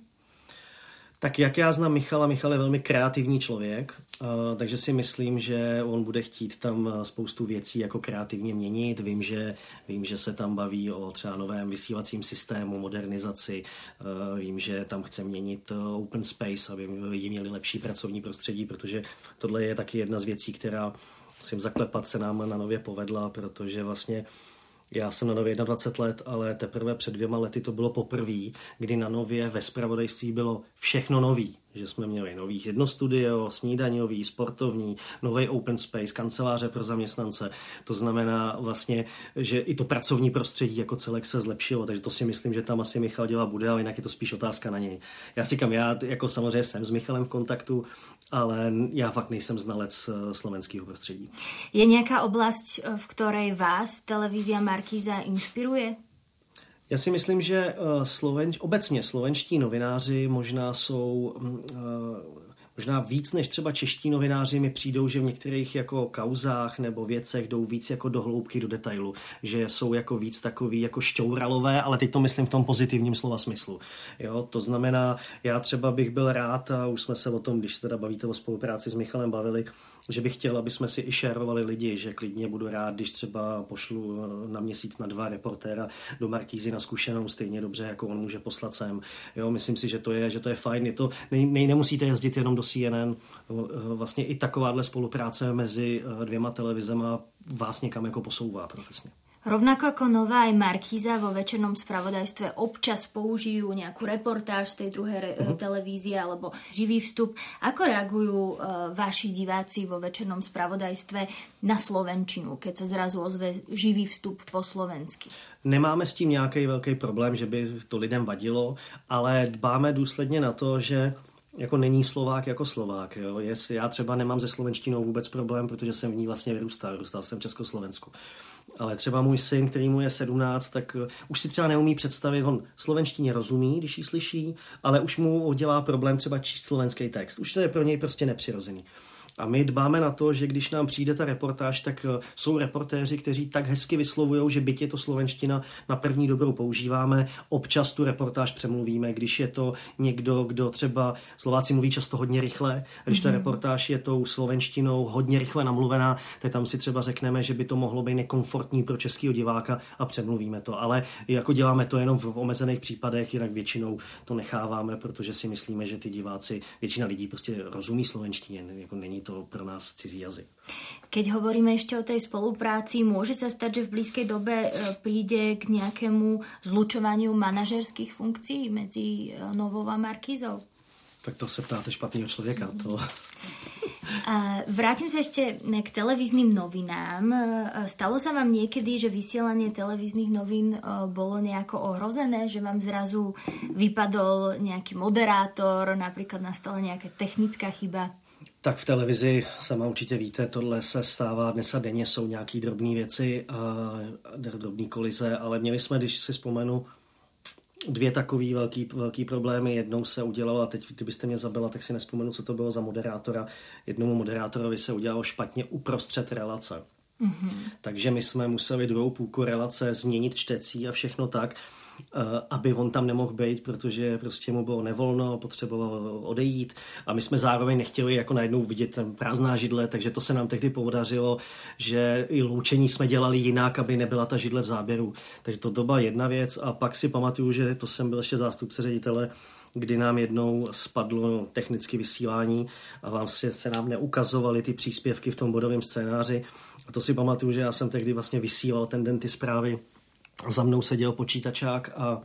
Tak jak já znám Michala, Michal je velmi kreativní člověk, takže si myslím, že on bude chtít tam spoustu věcí jako kreativně měnit. Vím, že, vím, že se tam baví o třeba novém vysílacím systému, modernizaci. Vím, že tam chce měnit open space, aby lidi měli lepší pracovní prostředí, protože tohle je taky jedna z věcí, která musím zaklepat, se nám na Nově povedla, protože vlastně Já jsem na Nově dvacet jedna let, ale teprve před dvěma lety to bylo poprvé, kdy na Nově ve zpravodajství bylo všechno nový. Že jsme měli nových jednostudio, snídaňový, sportovní, nový open space, kanceláře pro zaměstnance. To znamená vlastně, že i to pracovní prostředí jako celek se zlepšilo, takže to si myslím, že tam asi Michal dělat bude, ale jinak je to spíš otázka na něj. Já si kam, já jako samozřejmě jsem s Michalem v kontaktu, ale já fakt nejsem znalec slovenského prostředí. Je nějaká oblast, v které vás televízia Markíza inšpiruje? Já si myslím, že Sloven, obecně slovenští novináři možná jsou možná víc než třeba čeští novináři mi přijdou, že v některých jako kauzách nebo věcech jdou víc jako do hloubky, do detailu, že jsou jako víc takový jako šťouralové, ale teď to myslím v tom pozitivním slova smyslu. Jo, to znamená, já třeba bych byl rád, a už jsme se o tom, když teda bavíte o spolupráci s Michalem bavili, že bych chtěl, aby jsme si i šerovali lidi, že klidně budu rád, když třeba pošlu na měsíc, na dva reportéra do Markízy na zkušenou stejně dobře, jako on může poslat sem. Jo, myslím si, že to je, že to je fajn. Je to, ne, ne, nemusíte jezdit jenom do C N N. Vlastně i takováhle spolupráce mezi dvěma televizema vás někam jako posouvá profesně. Rovnako ako Nová aj Markíza vo večernom spravodajstve občas použijú nejakú reportáž z tej druhej re- uh-huh. televízie alebo živý vstup. Ako reagujú uh, vaši diváci vo večernom spravodajstve na slovenčinu, keď sa zrazu ozve živý vstup po slovensky? Nemáme s tím nějaký velký problém, že by to lidem vadilo, ale dbáme důsledně na to, že jako není Slovák jako Slovák. Jo. Jestli já třeba nemám se slovenštinou vůbec problém, protože jsem v ní vlastně vyrůstal. Vyrůstal jsem v Československu. Ale třeba můj syn, který mu je sedmnáct, tak už si třeba neumí představit, on slovenštině rozumí, když ji slyší, ale už mu dělá problém třeba číst slovenský text. Už to je pro něj prostě nepřirozený. A my dbáme na to, že když nám přijde ta reportáž, tak jsou reportéři, kteří tak hezky vyslovujou, že byť je to slovenština, na první dobrou používáme, občas tu reportáž přemluvíme, když je to někdo, kdo třeba, Slováci mluví často hodně rychle, a když ta reportáž je tou slovenštinou hodně rychle namluvená, tak tam si třeba řekneme, že by to mohlo být nekomfortní pro českého diváka a přemluvíme to. Ale jako děláme to jenom v omezených případech, jinak většinou to necháváme, protože si myslíme, že ty diváci, většina lidí prostě rozumí slovenštině, jako není to pro nás cizí jazyk. Keď hovoríme ešte o tej spolupráci, môže sa stať, že v blízkej dobe príde k nejakému zlučovaniu manažerských funkcií medzi Novou a Markízou? Tak to se ptáte špatného člověka. To... A vrátim sa ešte k televíznym novinám. Stalo sa vám niekedy, že vysielanie televíznych novín bolo nejako ohrozené, že vám zrazu vypadol nejaký moderátor, napríklad nastala nejaká technická chyba? Tak v televizi, sama určitě víte, tohle se stává dnes a denně, jsou nějaký drobné věci a drobné kolize, ale měli jsme, když si vzpomenu, dvě takový velký, velký problémy. Jednou se udělalo, a teď kdybyste mě zabila, tak si nespomenu, co to bylo za moderátora. Jednomu moderátorovi se udělalo špatně uprostřed relace. Mm-hmm. Takže my jsme museli druhou půlku relace změnit čtecí a všechno tak, aby on tam nemohl být, protože prostě mu bylo nevolno, potřeboval odejít a my jsme zároveň nechtěli jako najednou vidět ten prázdná židle, takže to se nám tehdy podařilo, že i loučení jsme dělali jinak, aby nebyla ta židle v záběru. Takže to, to byla jedna věc a pak si pamatuju, že to jsem byl ještě zástupce ředitele, kdy nám jednou spadlo technické vysílání a vám se, se nám neukazovaly ty příspěvky v tom bodovém scénáři. A to si pamatuju, že já jsem tehdy vlastně vysílal ten den ty zprávy. Za mnou seděl počítačák a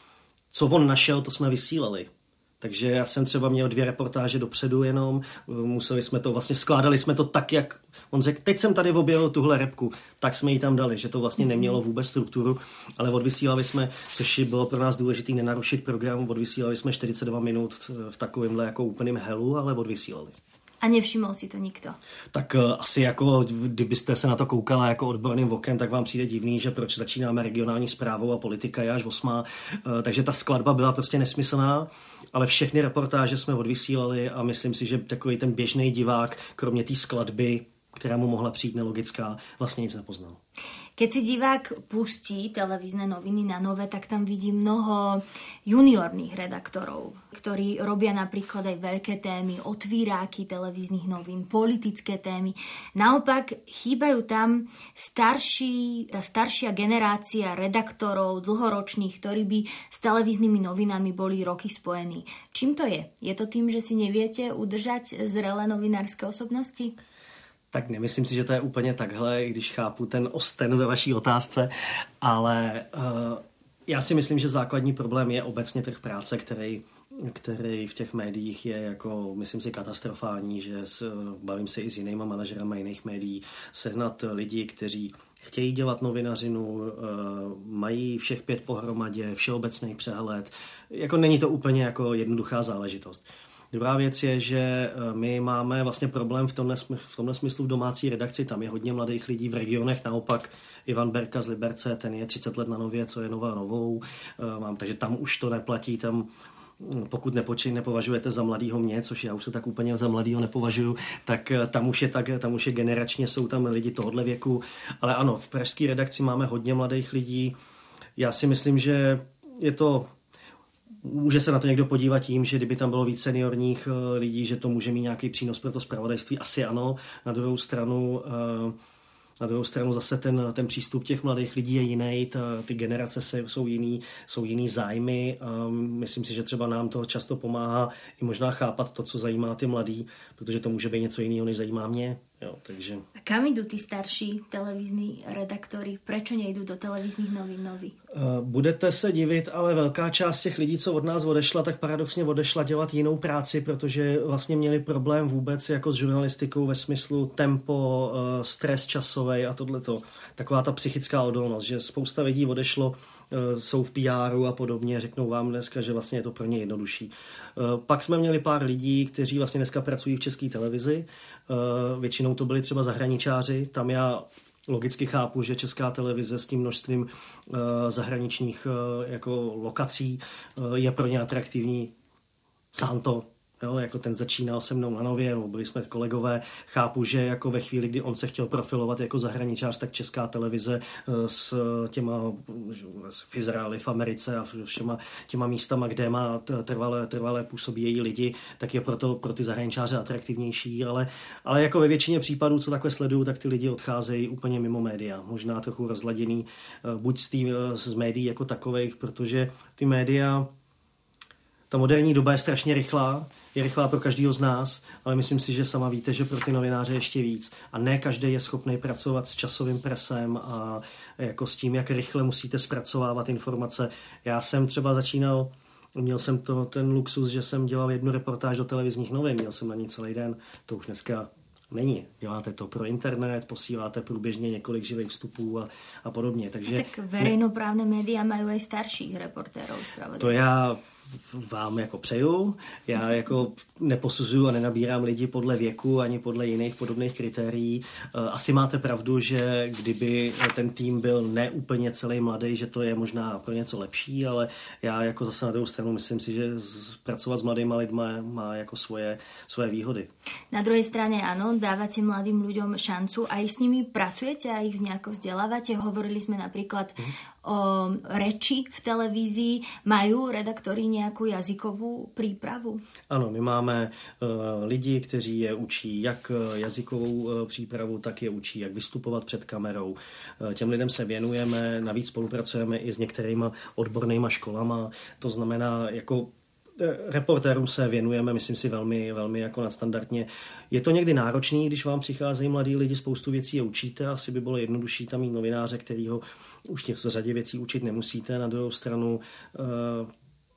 co on našel, to jsme vysílali. Takže já jsem třeba měl dvě reportáže dopředu jenom, museli jsme to, vlastně skládali jsme to tak, jak on řekl, teď jsem tady objevil tuhle repku, tak jsme ji tam dali, že to vlastně nemělo vůbec strukturu, ale odvysílali jsme, což bylo pro nás důležité nenarušit program, odvysílali jsme čtyřicet dva minut v takovémhle jako úplným helu, ale odvysílali. A nevšiml si to nikdo? Tak uh, asi jako, kdybyste se na to koukala jako odborným vokem, tak vám přijde divný, že proč začínáme regionální správou a politika je až osmá. Uh, takže ta skladba byla prostě nesmyslná, ale všechny reportáže jsme odvysílali a myslím si, že takový ten běžný divák, kromě té skladby, která mu mohla přijít nelogická, vlastně nic nepoznal. Keď si divák pustí televízne noviny na Nové, tak tam vidí mnoho juniorných redaktorov, ktorí robia napríklad aj veľké témy, otvíráky televíznych novín, politické témy. Naopak chýbajú tam starší, tá staršia generácia redaktorov dlhoročných, ktorí by s televíznymi novinami boli roky spojení. Čím to je? Je to tým, že si neviete udržať zrelé novinárske osobnosti? Tak nemyslím si, že to je úplně takhle, i když chápu ten osten ve vaší otázce, ale uh, já si myslím, že základní problém je obecně trh práce, který který v těch médiích je jako, myslím si, katastrofální, že s, bavím se i s jinýma manažerama jiných médií, sehnat lidi, kteří chtějí dělat novinařinu, mají všech pět pohromadě, všeobecný přehled. Jako není to úplně jako jednoduchá záležitost. Druhá věc je, že my máme vlastně problém v tomhle, v tomhle smyslu v domácí redakci. Tam je hodně mladých lidí, v regionech naopak Ivan Berka z Liberce, ten je třicet let na Nově, co je Nová Novou. Mám, takže tam už to neplatí, tam pokud nepoči, nepovažujete za mladýho mě, což já už se tak úplně za mladýho nepovažuju, tak tam už je tak, tam už je generačně, jsou tam lidi tohohle věku. Ale ano, v pražské redakci máme hodně mladých lidí. Já si myslím, že je to, může se na to někdo podívat tím, že kdyby tam bylo víc seniorních lidí, že to může mít nějaký přínos pro to zpravodajství. Asi ano. Na druhou stranu Na druhou stranu zase ten, ten přístup těch mladých lidí je jiný, ta, ty generace se, jsou jiný, jsou jiný zájmy a myslím si, že třeba nám to často pomáhá i možná chápat to, co zajímá ty mladý, protože to může být něco jiného, než zajímá mě. Jo, takže... A kam idú tí starší televízní redaktori? Prečo nejdú do televizních novín noví? Uh, budete se divit, ale velká část těch lidí, co od nás odešla, tak paradoxně odešla dělat jinou práci, protože vlastně měli problém vůbec jako s žurnalistikou ve smyslu tempo, uh, stres časovej a tohleto. Taková ta psychická odolnost, že spousta lidí odešlo, uh, jsou v P R u a podobně, řeknou vám dneska, že vlastně je to pro ně jednodušší. Uh, pak jsme měli pár lidí, kteří vlastně dneska pracují v České televizi, uh, většinou to byli třeba zahraničáři, tam já logicky chápu, že Česká televize s tím množstvím uh, zahraničních uh, jako lokací uh, je pro ně atraktivní. Sám to, jo, jako ten začínal se mnou na Nově, no, byli jsme kolegové, chápu, že jako ve chvíli, kdy on se chtěl profilovat jako zahraničář, tak Česká televize uh, s těma v Izraeli, v Americe a všema těma místama, kde má trvalé, trvalé působí její lidi, tak je proto pro ty zahraničáře atraktivnější, ale, ale jako ve většině případů, co takhle sleduju, tak ty lidi odcházejí úplně mimo média, možná trochu rozladěný, uh, buď z, tý, uh, z médií jako takových, protože ty média, ta moderní doba je strašně rychlá, je rychlá pro každého z nás, ale myslím si, že sama víte, že pro ty novináře ještě víc. A ne každý je schopný pracovat s časovým presem a jako s tím, jak rychle musíte zpracovávat informace. Já jsem třeba začínal, měl jsem to, ten luxus, že jsem dělal jednu reportáž do televizních novin, měl jsem na ní celý den, to už dneska není. Děláte to pro internet, posíláte průběžně několik živých vstupů a, a podobně. Takže tak verejnoprávne média majú aj starších reportérov spravodajství. To já vám jako přeju. Já jako neposuzuju a nenabírám lidi podle věku ani podle jiných podobných kritérií. Asi máte pravdu, že kdyby ten tým byl neúplně celý mladý, že to je možná pro něco lepší, ale já jako zase na druhou stranu myslím si, že pracovat s mladýma lidma má jako svoje, svoje výhody. Na druhej strane áno, dávate mladým ľuďom šancu, aj s nimi pracujete a ich nejako vzdelávate. Hovorili sme napríklad mm. o reči v televízii. Majú redaktori nějakou jazykovou přípravu? Ano, my máme uh, lidi, kteří je učí jak jazykovou uh, přípravu, tak je učí, jak vystupovat před kamerou. Uh, těm lidem se věnujeme, navíc spolupracujeme i s některýma odbornýma školama, to znamená, jako reportérům se věnujeme, myslím si, velmi, velmi jako nadstandardně. Je to někdy náročný, když vám přicházejí mladí lidi, spoustu věcí je učíte, asi by bylo jednodušší tam mít novináře, kterýho už těch řadě věcí učit nemusíte. Na druhou stranu uh,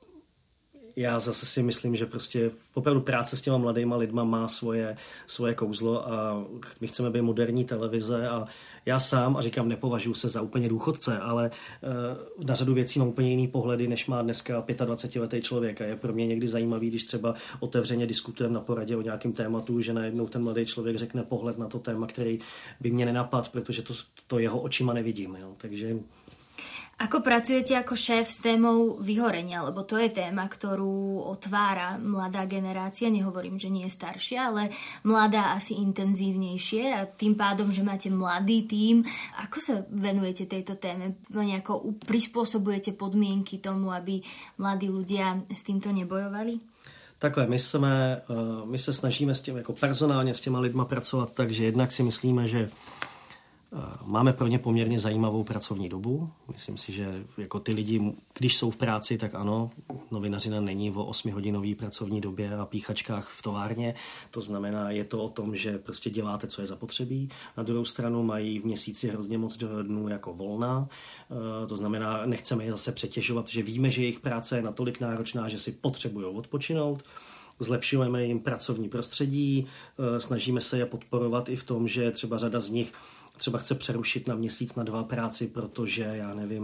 já zase si myslím, že prostě opravdu práce s těma mladýma lidma má svoje, svoje kouzlo a my chceme být moderní televize a já sám, a říkám, nepovažuji se za úplně důchodce, ale uh, na řadu věcí mám úplně jiný pohledy, než má dneska dvacetiletý člověk a je pro mě někdy zajímavý, když třeba otevřeně diskutujeme na poradě o nějakém tématu, že najednou ten mladý člověk řekne pohled na to téma, který by mě nenapadl, protože to, to jeho očima nevidím. Jo. Takže ako pracujete ako šéf s témou vyhorenia? Lebo to je téma, ktorú otvára mladá generácia. Nehovorím, že nie je staršia, ale mladá asi intenzívnejšie a tým pádom, že máte mladý tím. Ako sa venujete tejto téme? Nejako prispôsobujete podmienky tomu, aby mladí ľudia s týmto nebojovali? Takhle, my, jsme, my se snažíme s tím, jako personálně s těma lidma pracovat tak, že jednak si myslíme, že Máme pro ně poměrně zajímavou pracovní dobu. Myslím si, že jako ty lidi, když jsou v práci, tak ano, novinařina není o osmihodinové pracovní době a píchačkách v továrně. To znamená, je to o tom, že prostě děláte, co je zapotřebí. Na druhou stranu mají v měsíci hrozně moc dnů jako volna. To znamená, nechceme je zase přetěžovat, že víme, že jejich práce je natolik náročná, že si potřebují odpočinout. Zlepšujeme jim pracovní prostředí, snažíme se je podporovat i v tom, že třeba řada z nich třeba chce přerušit na měsíc, na dva práci, protože, já nevím,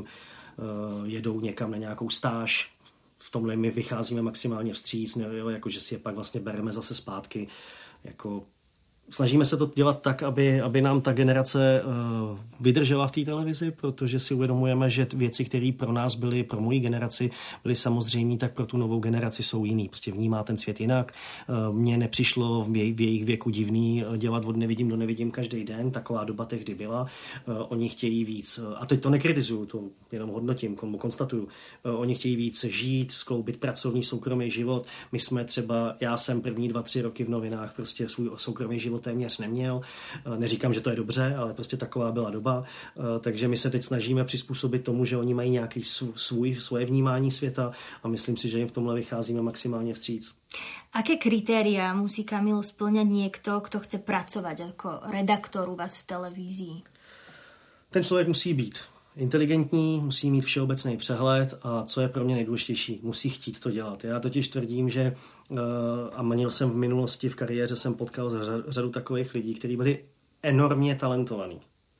jedou někam na nějakou stáž. V tomhle my vycházíme maximálně vstříc, jo, jako že si je pak vlastně bereme zase zpátky. Jako snažíme se to dělat tak, aby, aby nám ta generace uh, vydržela v té televizi, protože si uvědomujeme, že věci, které pro nás byly, pro moji generaci, byly samozřejmé, tak pro tu novou generaci jsou jiný. Prostě vnímá ten svět jinak. Uh, mně nepřišlo v, jej, v jejich věku divný dělat od nevidím do nevidím každý den. Taková doba tehdy byla. Uh, oni chtějí víc. Uh, a teď to nekritizuju, to jenom hodnotím, konstatuju. Uh, oni chtějí víc žít, skloubit pracovní, soukromý život. My jsme třeba, já jsem první dva, tři roky v novinách prostě svůj soukromý život téměř neměl. Neříkám, že to je dobře, ale prostě taková byla doba. Takže my se teď snažíme přizpůsobit tomu, že oni mají nějaký svůj, svoje vnímání světa a myslím si, že jim v tomhle vycházíme maximálně vstříc. Aké kritéria musí, Kamil, splňať niekto, kto chce pracovať ako redaktor u vás v televízii? Ten člověk musí být inteligentní, musí mít všeobecný přehled a co je pro mě nejdůležitější, musí chtít to dělat. Já totiž tvrdím, že a měl jsem v minulosti v kariéře, jsem potkal řadu takových lidí, kteří byli enormně talentovaní,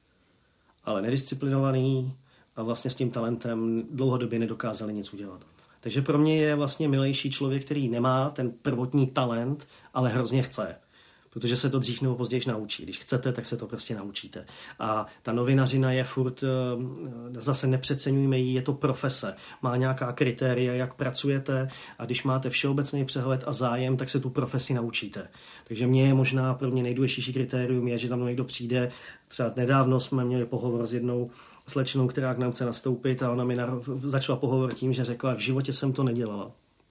ale nedisciplinovaní a vlastně s tím talentem dlouhodobě nedokázali nic udělat. Takže pro mě je vlastně milejší člověk, který nemá ten prvotní talent, ale hrozně chce. Protože se to dřív nebo později naučí. Když chcete, tak se to prostě naučíte. A ta novinařina je furt, zase nepřeceňujme ji, je to profese. Má nějaká kritéria, jak pracujete a když máte všeobecný přehled a zájem, tak se tu profesi naučíte. Takže mě je možná pro mě nejdůležitější kritérium je, že tam někdo přijde. Třeba nedávno jsme měli pohovor s jednou slečnou, která k nám chce nastoupit a ona mi začala pohovor tím, že řekla, v životě jsem to nedělala.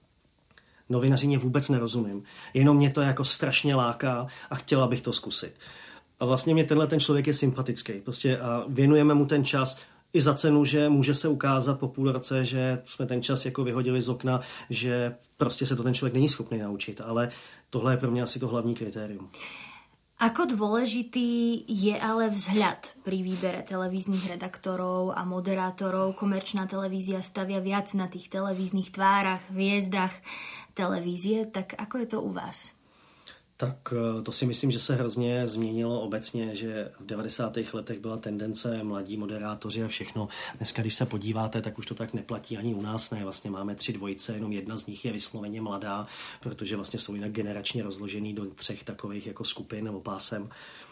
Novinařině vůbec nerozumím. Jenom mě to jako strašně láká a chtěla bych to zkusit. A vlastně mě tenhle ten člověk je sympatický. Prostě a věnujeme mu ten čas i za cenu, že může se ukázat po půl roce, že jsme ten čas jako vyhodili z okna, že prostě se to ten člověk není schopný naučit. Ale tohle je pro mě asi to hlavní kritérium. Ako dôležitý je ale vzhľad pri výbere televíznych redaktorov a moderátorov? Komerčná televízia stavia viac na tých televíznych tvárach, hviezdach televízie, tak ako je to u vás? Tak to si myslím, že se hrozně změnilo obecně, že v devadesátých letech byla tendence mladí moderátoři a všechno. Dneska, když se podíváte, tak už to tak neplatí ani u nás. Ne, vlastně máme tři dvojice, jenom jedna z nich je vysloveně mladá, protože vlastně jsou jinak generačně rozložený do třech takových jako skupin nebo pásem.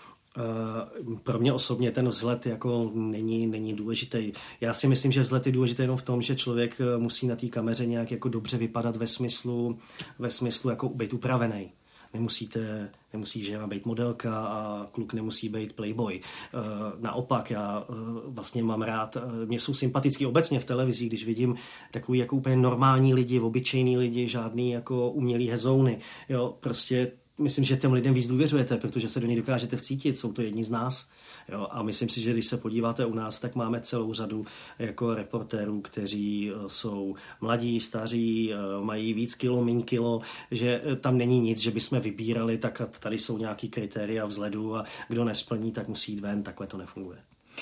Pro mě osobně ten vzhled jako není, není důležitý. Já si myslím, že vzhled je důležitý jenom v tom, že člověk musí na té kameře nějak jako dobře vypadat ve smyslu, ve smyslu jako být upravený. Nemusíte, nemusí žena být modelka a kluk nemusí být playboy. Naopak, já vlastně mám rád, mě jsou sympatický obecně v televizi, když vidím takový jako úplně normální lidi, obyčejný lidi, žádný jako umělý hezouny. Jo, prostě myslím, že těm lidem víc důvěřujete, protože se do něj dokážete vcítit, jsou to jedni z nás. Jo, a myslím si, že když se podíváte u nás, tak máme celou řadu jako reportérů, kteří jsou mladí, staří, mají víc kilo, míň kilo, že tam není nic, že bychom vybírali, tak tady jsou nějaký kritéria vzhledu a kdo nesplní, tak musí jít ven, takhle to nefunguje.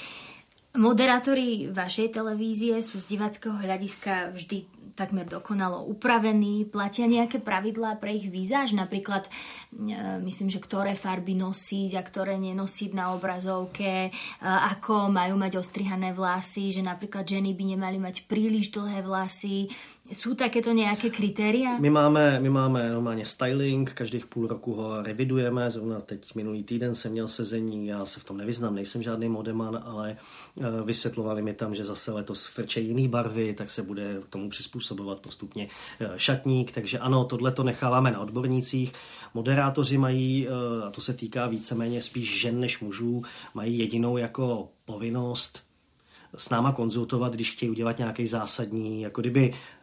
Moderátori vašej televízie sú z diváckého hľadiska vždy takmer dokonalo upravení. Platia nejaké pravidlá pre ich výzáž? Napríklad, myslím, že ktoré farby nosiť a ktoré nenosiť na obrazovke, ako majú mať ostrihané vlasy, že napríklad ženy by nemali mať príliš dlhé vlasy. Sú takéto nejaké kritéria? My máme, my máme normálně styling, každých půl roku ho revidujeme, zrovna teď minulý týden jsem měl sezení, já se v tom nevyznám, nejsem žádný modeman, ale vysvětlovali mi tam, že zase letos frčejí jiný barvy, tak se bude k tomu přizpůsobovat postupně šatník, takže ano, tohle to necháváme na odbornících. Moderátoři mají, a to se týká víceméně spíš žen než mužů, mají jedinou jako povinnost s náma konzultovat, když chtějí udělat nějaký zásadní, jako kdyby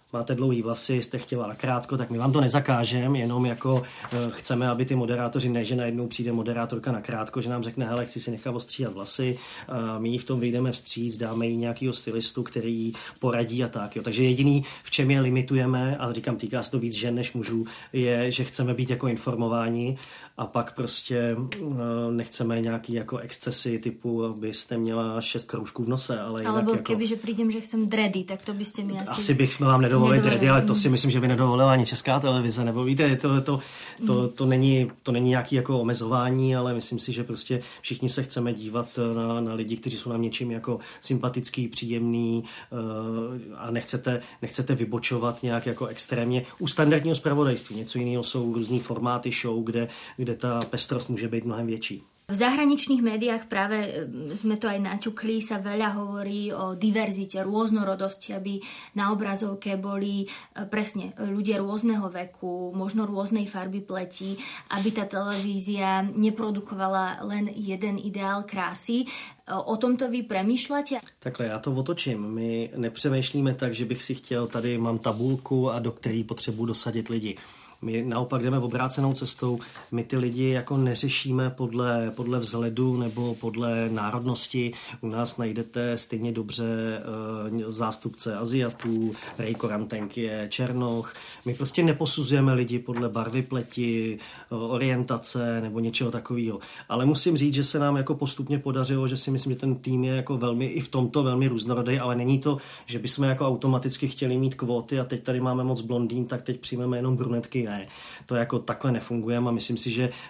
máte dlouhý vlasy, jste chtěla nakrátko, tak my vám to nezakážeme, jenom jako e, chceme, aby ty moderátoři, ne, že najednou přijde moderátorka nakrátko, že nám řekne, hele, chci si nechat ostříhat vlasy, a my jí v tom vyjdeme vstříc, dáme jí nějakýho stylistu, který poradí a tak. Jo. Takže jediný, v čem je limitujeme, a říkám, týká se to víc žen než mužů, je, že chceme být jako informováni a pak prostě e, nechceme nějaký jako excesy typu, abyste měla šest kroužků v nose, ale Alebo jako... keby, že prídem, že chcem dready, tak to byste mi asi... Asi bych vám nedovolili dready, ale to si myslím, že by nedovolila ani Česká televize, nebo víte, to, to, to, to, není, to není nějaký jako omezování, ale myslím si, že prostě všichni se chceme dívat na, na lidi, kteří jsou nám něčím jako sympatický, příjemný uh, a nechcete, nechcete vybočovat nějak jako extrémně. U standardního zpravodajství něco jiného jsou různý formáty show, kde, kde ta pestrost může být mnohem větší. V zahraničných médiách práve sme to aj naťukli, sa veľa hovorí o diverzite, rôznorodosti, aby na obrazovke boli presne ľudia rôzneho veku, možno rôznej farby pleti, aby tá televízia neprodukovala len jeden ideál krásy. O tomto vy přemýšlíte? Takhle, já to otočím. My nepřemýšlíme tak, že bych si chtěl, tady mám tabulku a do které potřebuji dosadit lidi. My naopak jdeme obrácenou cestou. My ty lidi jako neřešíme podle, podle vzhledu nebo podle národnosti. U nás najdete stejně dobře e, zástupce Aziatů, Ray Korantenk je Černoch. My prostě neposuzujeme lidi podle barvy pleti, orientace nebo něčeho takového. Ale musím říct, že se nám jako postupně podařilo, že si myslím, že ten tým je jako velmi i v tomto velmi různorodý, ale není to, že bychom jako automaticky chtěli mít kvóty a teď tady máme moc blondýn, tak teď přijmeme jenom brunetky. Ne, to jako takhle nefunguje a myslím si, že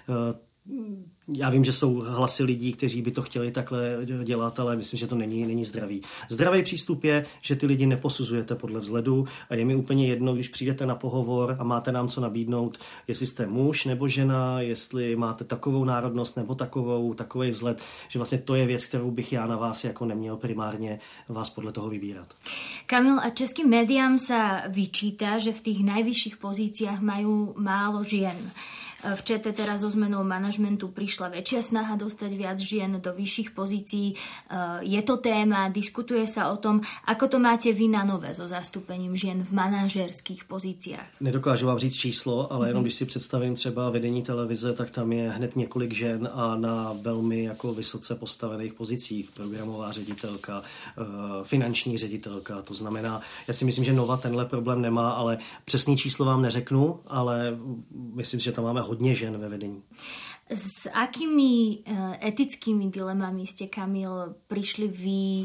já vím, že jsou hlasy lidí, kteří by to chtěli takhle dělat, ale myslím, že to není, není zdravý. Zdravý přístup je, že ty lidi neposuzujete podle vzhledu a je mi úplně jedno, když přijdete na pohovor a máte nám co nabídnout, jestli jste muž nebo žena, jestli máte takovou národnost nebo takovou, takový vzhled, že vlastně to je věc, kterou bych já na vás jako neměl primárně vás podle toho vybírat. Kamil, a českým médiám sa vyčíta, že v tých najvyšších pozíciách majú málo žien. V ČT teraz so zmenou manažmentu prišla väčšia snaha dostať viac žien do vyšších pozícií. Je to téma, diskutuje sa o tom, ako to máte vy na nové so zastúpením žien v manažerských pozíciách. Nedokážu vám říct číslo, ale jenom když si představím třeba vedení televize, tak tam je hned několik žen a na velmi jako vysoce postavených pozicích. Programová ředitelka, finanční ředitelka, to znamená, já si myslím, že Nova tenhle problém nemá, ale přesný číslo vám neřeknu, ale myslím, že tam máme hodně žen ve vedení. S akými etickými dilemami ste, Kamil, prišli vy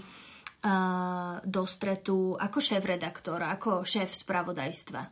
do stretu ako šéf-redaktor, ako šéf spravodajstva?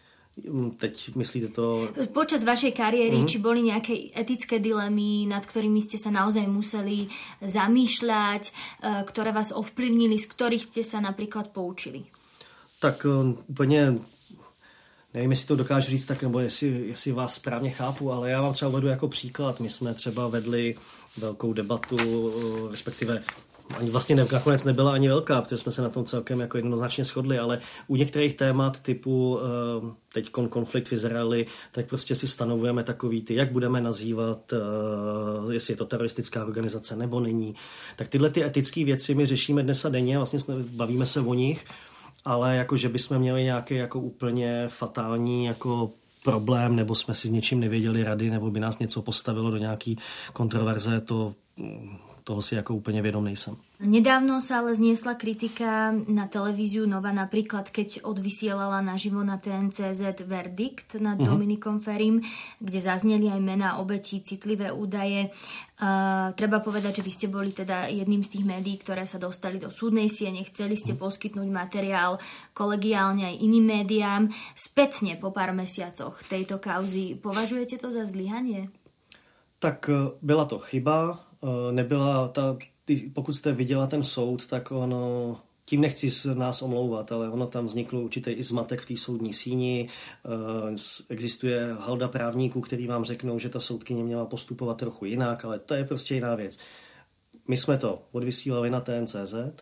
Teď myslíte to... Počas vašej kariéry, mm-hmm. či boli nejaké etické dilemy, nad ktorými ste sa naozaj museli zamýšľať, ktoré vás ovplyvnili, z ktorých ste sa napríklad poučili? Tak úplně... Nevím, jestli to dokážu říct tak, nebo jestli, jestli vás správně chápu, ale já vám třeba uvedu jako příklad. My jsme třeba vedli velkou debatu, respektive ani vlastně ne, nakonec nebyla ani velká, protože jsme se na tom celkem jako jednoznačně shodli, ale u některých témat typu teď konflikt v Izraeli, tak prostě si stanovujeme takový ty, jak budeme nazývat, jestli je to teroristická organizace nebo není. Tak tyhle ty etické věci my řešíme dnes a denně, vlastně bavíme se o nich, ale jako, že bychom měli nějaký jako úplně fatální jako problém, nebo jsme si s něčím nevěděli rady, nebo by nás něco postavilo do nějaký kontroverze, to, toho si jako úplně vědom nejsem. Nedávno sa ale zniesla kritika na televíziu Nova, napríklad keď odvysielala naživo na té en cé zet verdikt nad uh-huh. Dominikom Ferim, kde zazneli aj mená obetí, citlivé údaje. Uh, treba povedať, že vy ste boli teda jedným z tých médií, ktoré sa dostali do súdnej siene, chceli ste poskytnúť materiál kolegiálne aj iným médiám. Spätne po pár mesiacoch tejto kauzy, považujete to za zlyhanie? Tak byla to chyba, nebyla ta... Pokud jste viděla ten soud, tak ono, tím nechci nás omlouvat, ale ono tam vznikl určitý i zmatek v té soudní síni. Existuje halda právníků, který vám řeknou, že ta soudkyně měla postupovat trochu jinak, ale to je prostě jiná věc. My jsme to odvysílali na té en cé zet,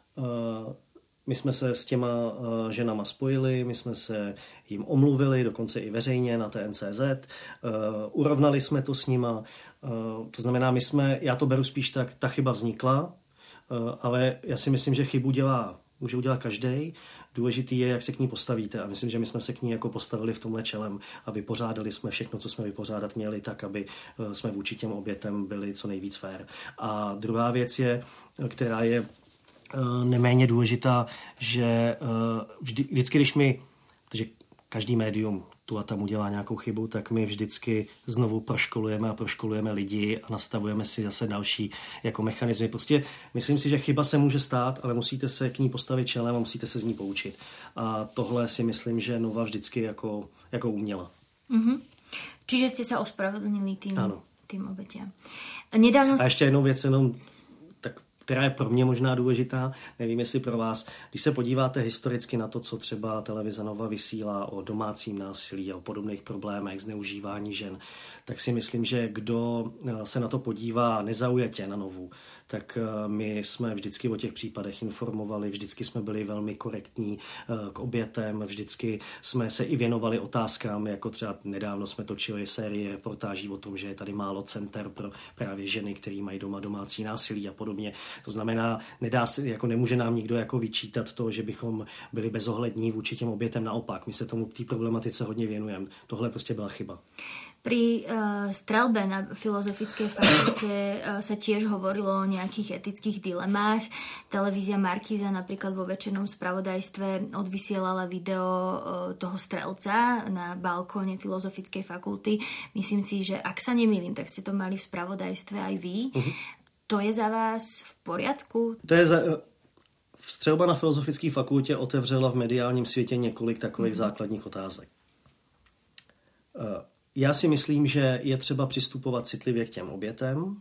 my jsme se s těma ženama spojili, my jsme se jim omluvili, dokonce i veřejně na té en cé zet, urovnali jsme to s nima. To znamená, my jsme, já to beru spíš tak, ta chyba vznikla, ale já si myslím, že chybu dělá může udělat každý. Důležitý je, jak se k ní postavíte. A myslím, že my jsme se k ní jako postavili v tomhle čelem a vypořádali jsme všechno, co jsme vypořádat měli, tak, aby jsme vůči těm obětem byli co nejvíc fair. A druhá věc je, která je neméně důležitá, že vždy, vždycky, když my, protože každý médium tu a tam udělá nějakou chybu, tak my vždycky znovu proškolujeme a proškolujeme lidi a nastavujeme si zase další jako mechanizmy. Prostě myslím si, že chyba se může stát, ale musíte se k ní postavit čelem a musíte se z ní poučit. A tohle si myslím, že Nova vždycky jako, jako uměla. Mm-hmm. Čiže jste se ospravedlnili tým, tým oběťam. Nedávno... A ještě jednou věc, jenom tak která je pro mě možná důležitá, nevím, jestli pro vás. Když se podíváte historicky na to, co třeba televize Nova vysílá o domácím násilí a o podobných problémech, zneužívání žen, tak si myslím, že kdo se na to podívá nezaujatě na Novu, tak my jsme vždycky o těch případech informovali, vždycky jsme byli velmi korektní k obětem, vždycky jsme se i věnovali otázkám, jako třeba nedávno jsme točili série reportáží o tom, že je tady málo center pro právě ženy, které mají doma domácí násilí a podobně. To znamená, nedá se, jako nemůže nám nikdo jako vyčítat to, že bychom byli bezohlední vůči těm obětem, naopak. My se tomu té problematice hodně věnujeme. Tohle prostě byla chyba. Pri uh, strelbe na Filozofickej fakulte uh, sa tiež hovorilo o nejakých etických dilemách. Televízia Markíza napríklad vo večernom spravodajstve odvysielala video uh, toho strelca na balkóne Filozofickej fakulty. Myslím si, že ak sa nemýlim, tak ste to mali v spravodajstve aj vy. Uh-huh. To je za vás v poriadku? To je za... Střelba na Filozofické fakultě otevřela v mediálním světě několik takových uh-huh. základních otázek. Uh, Já si myslím, že je třeba přistupovat citlivě k těm obětem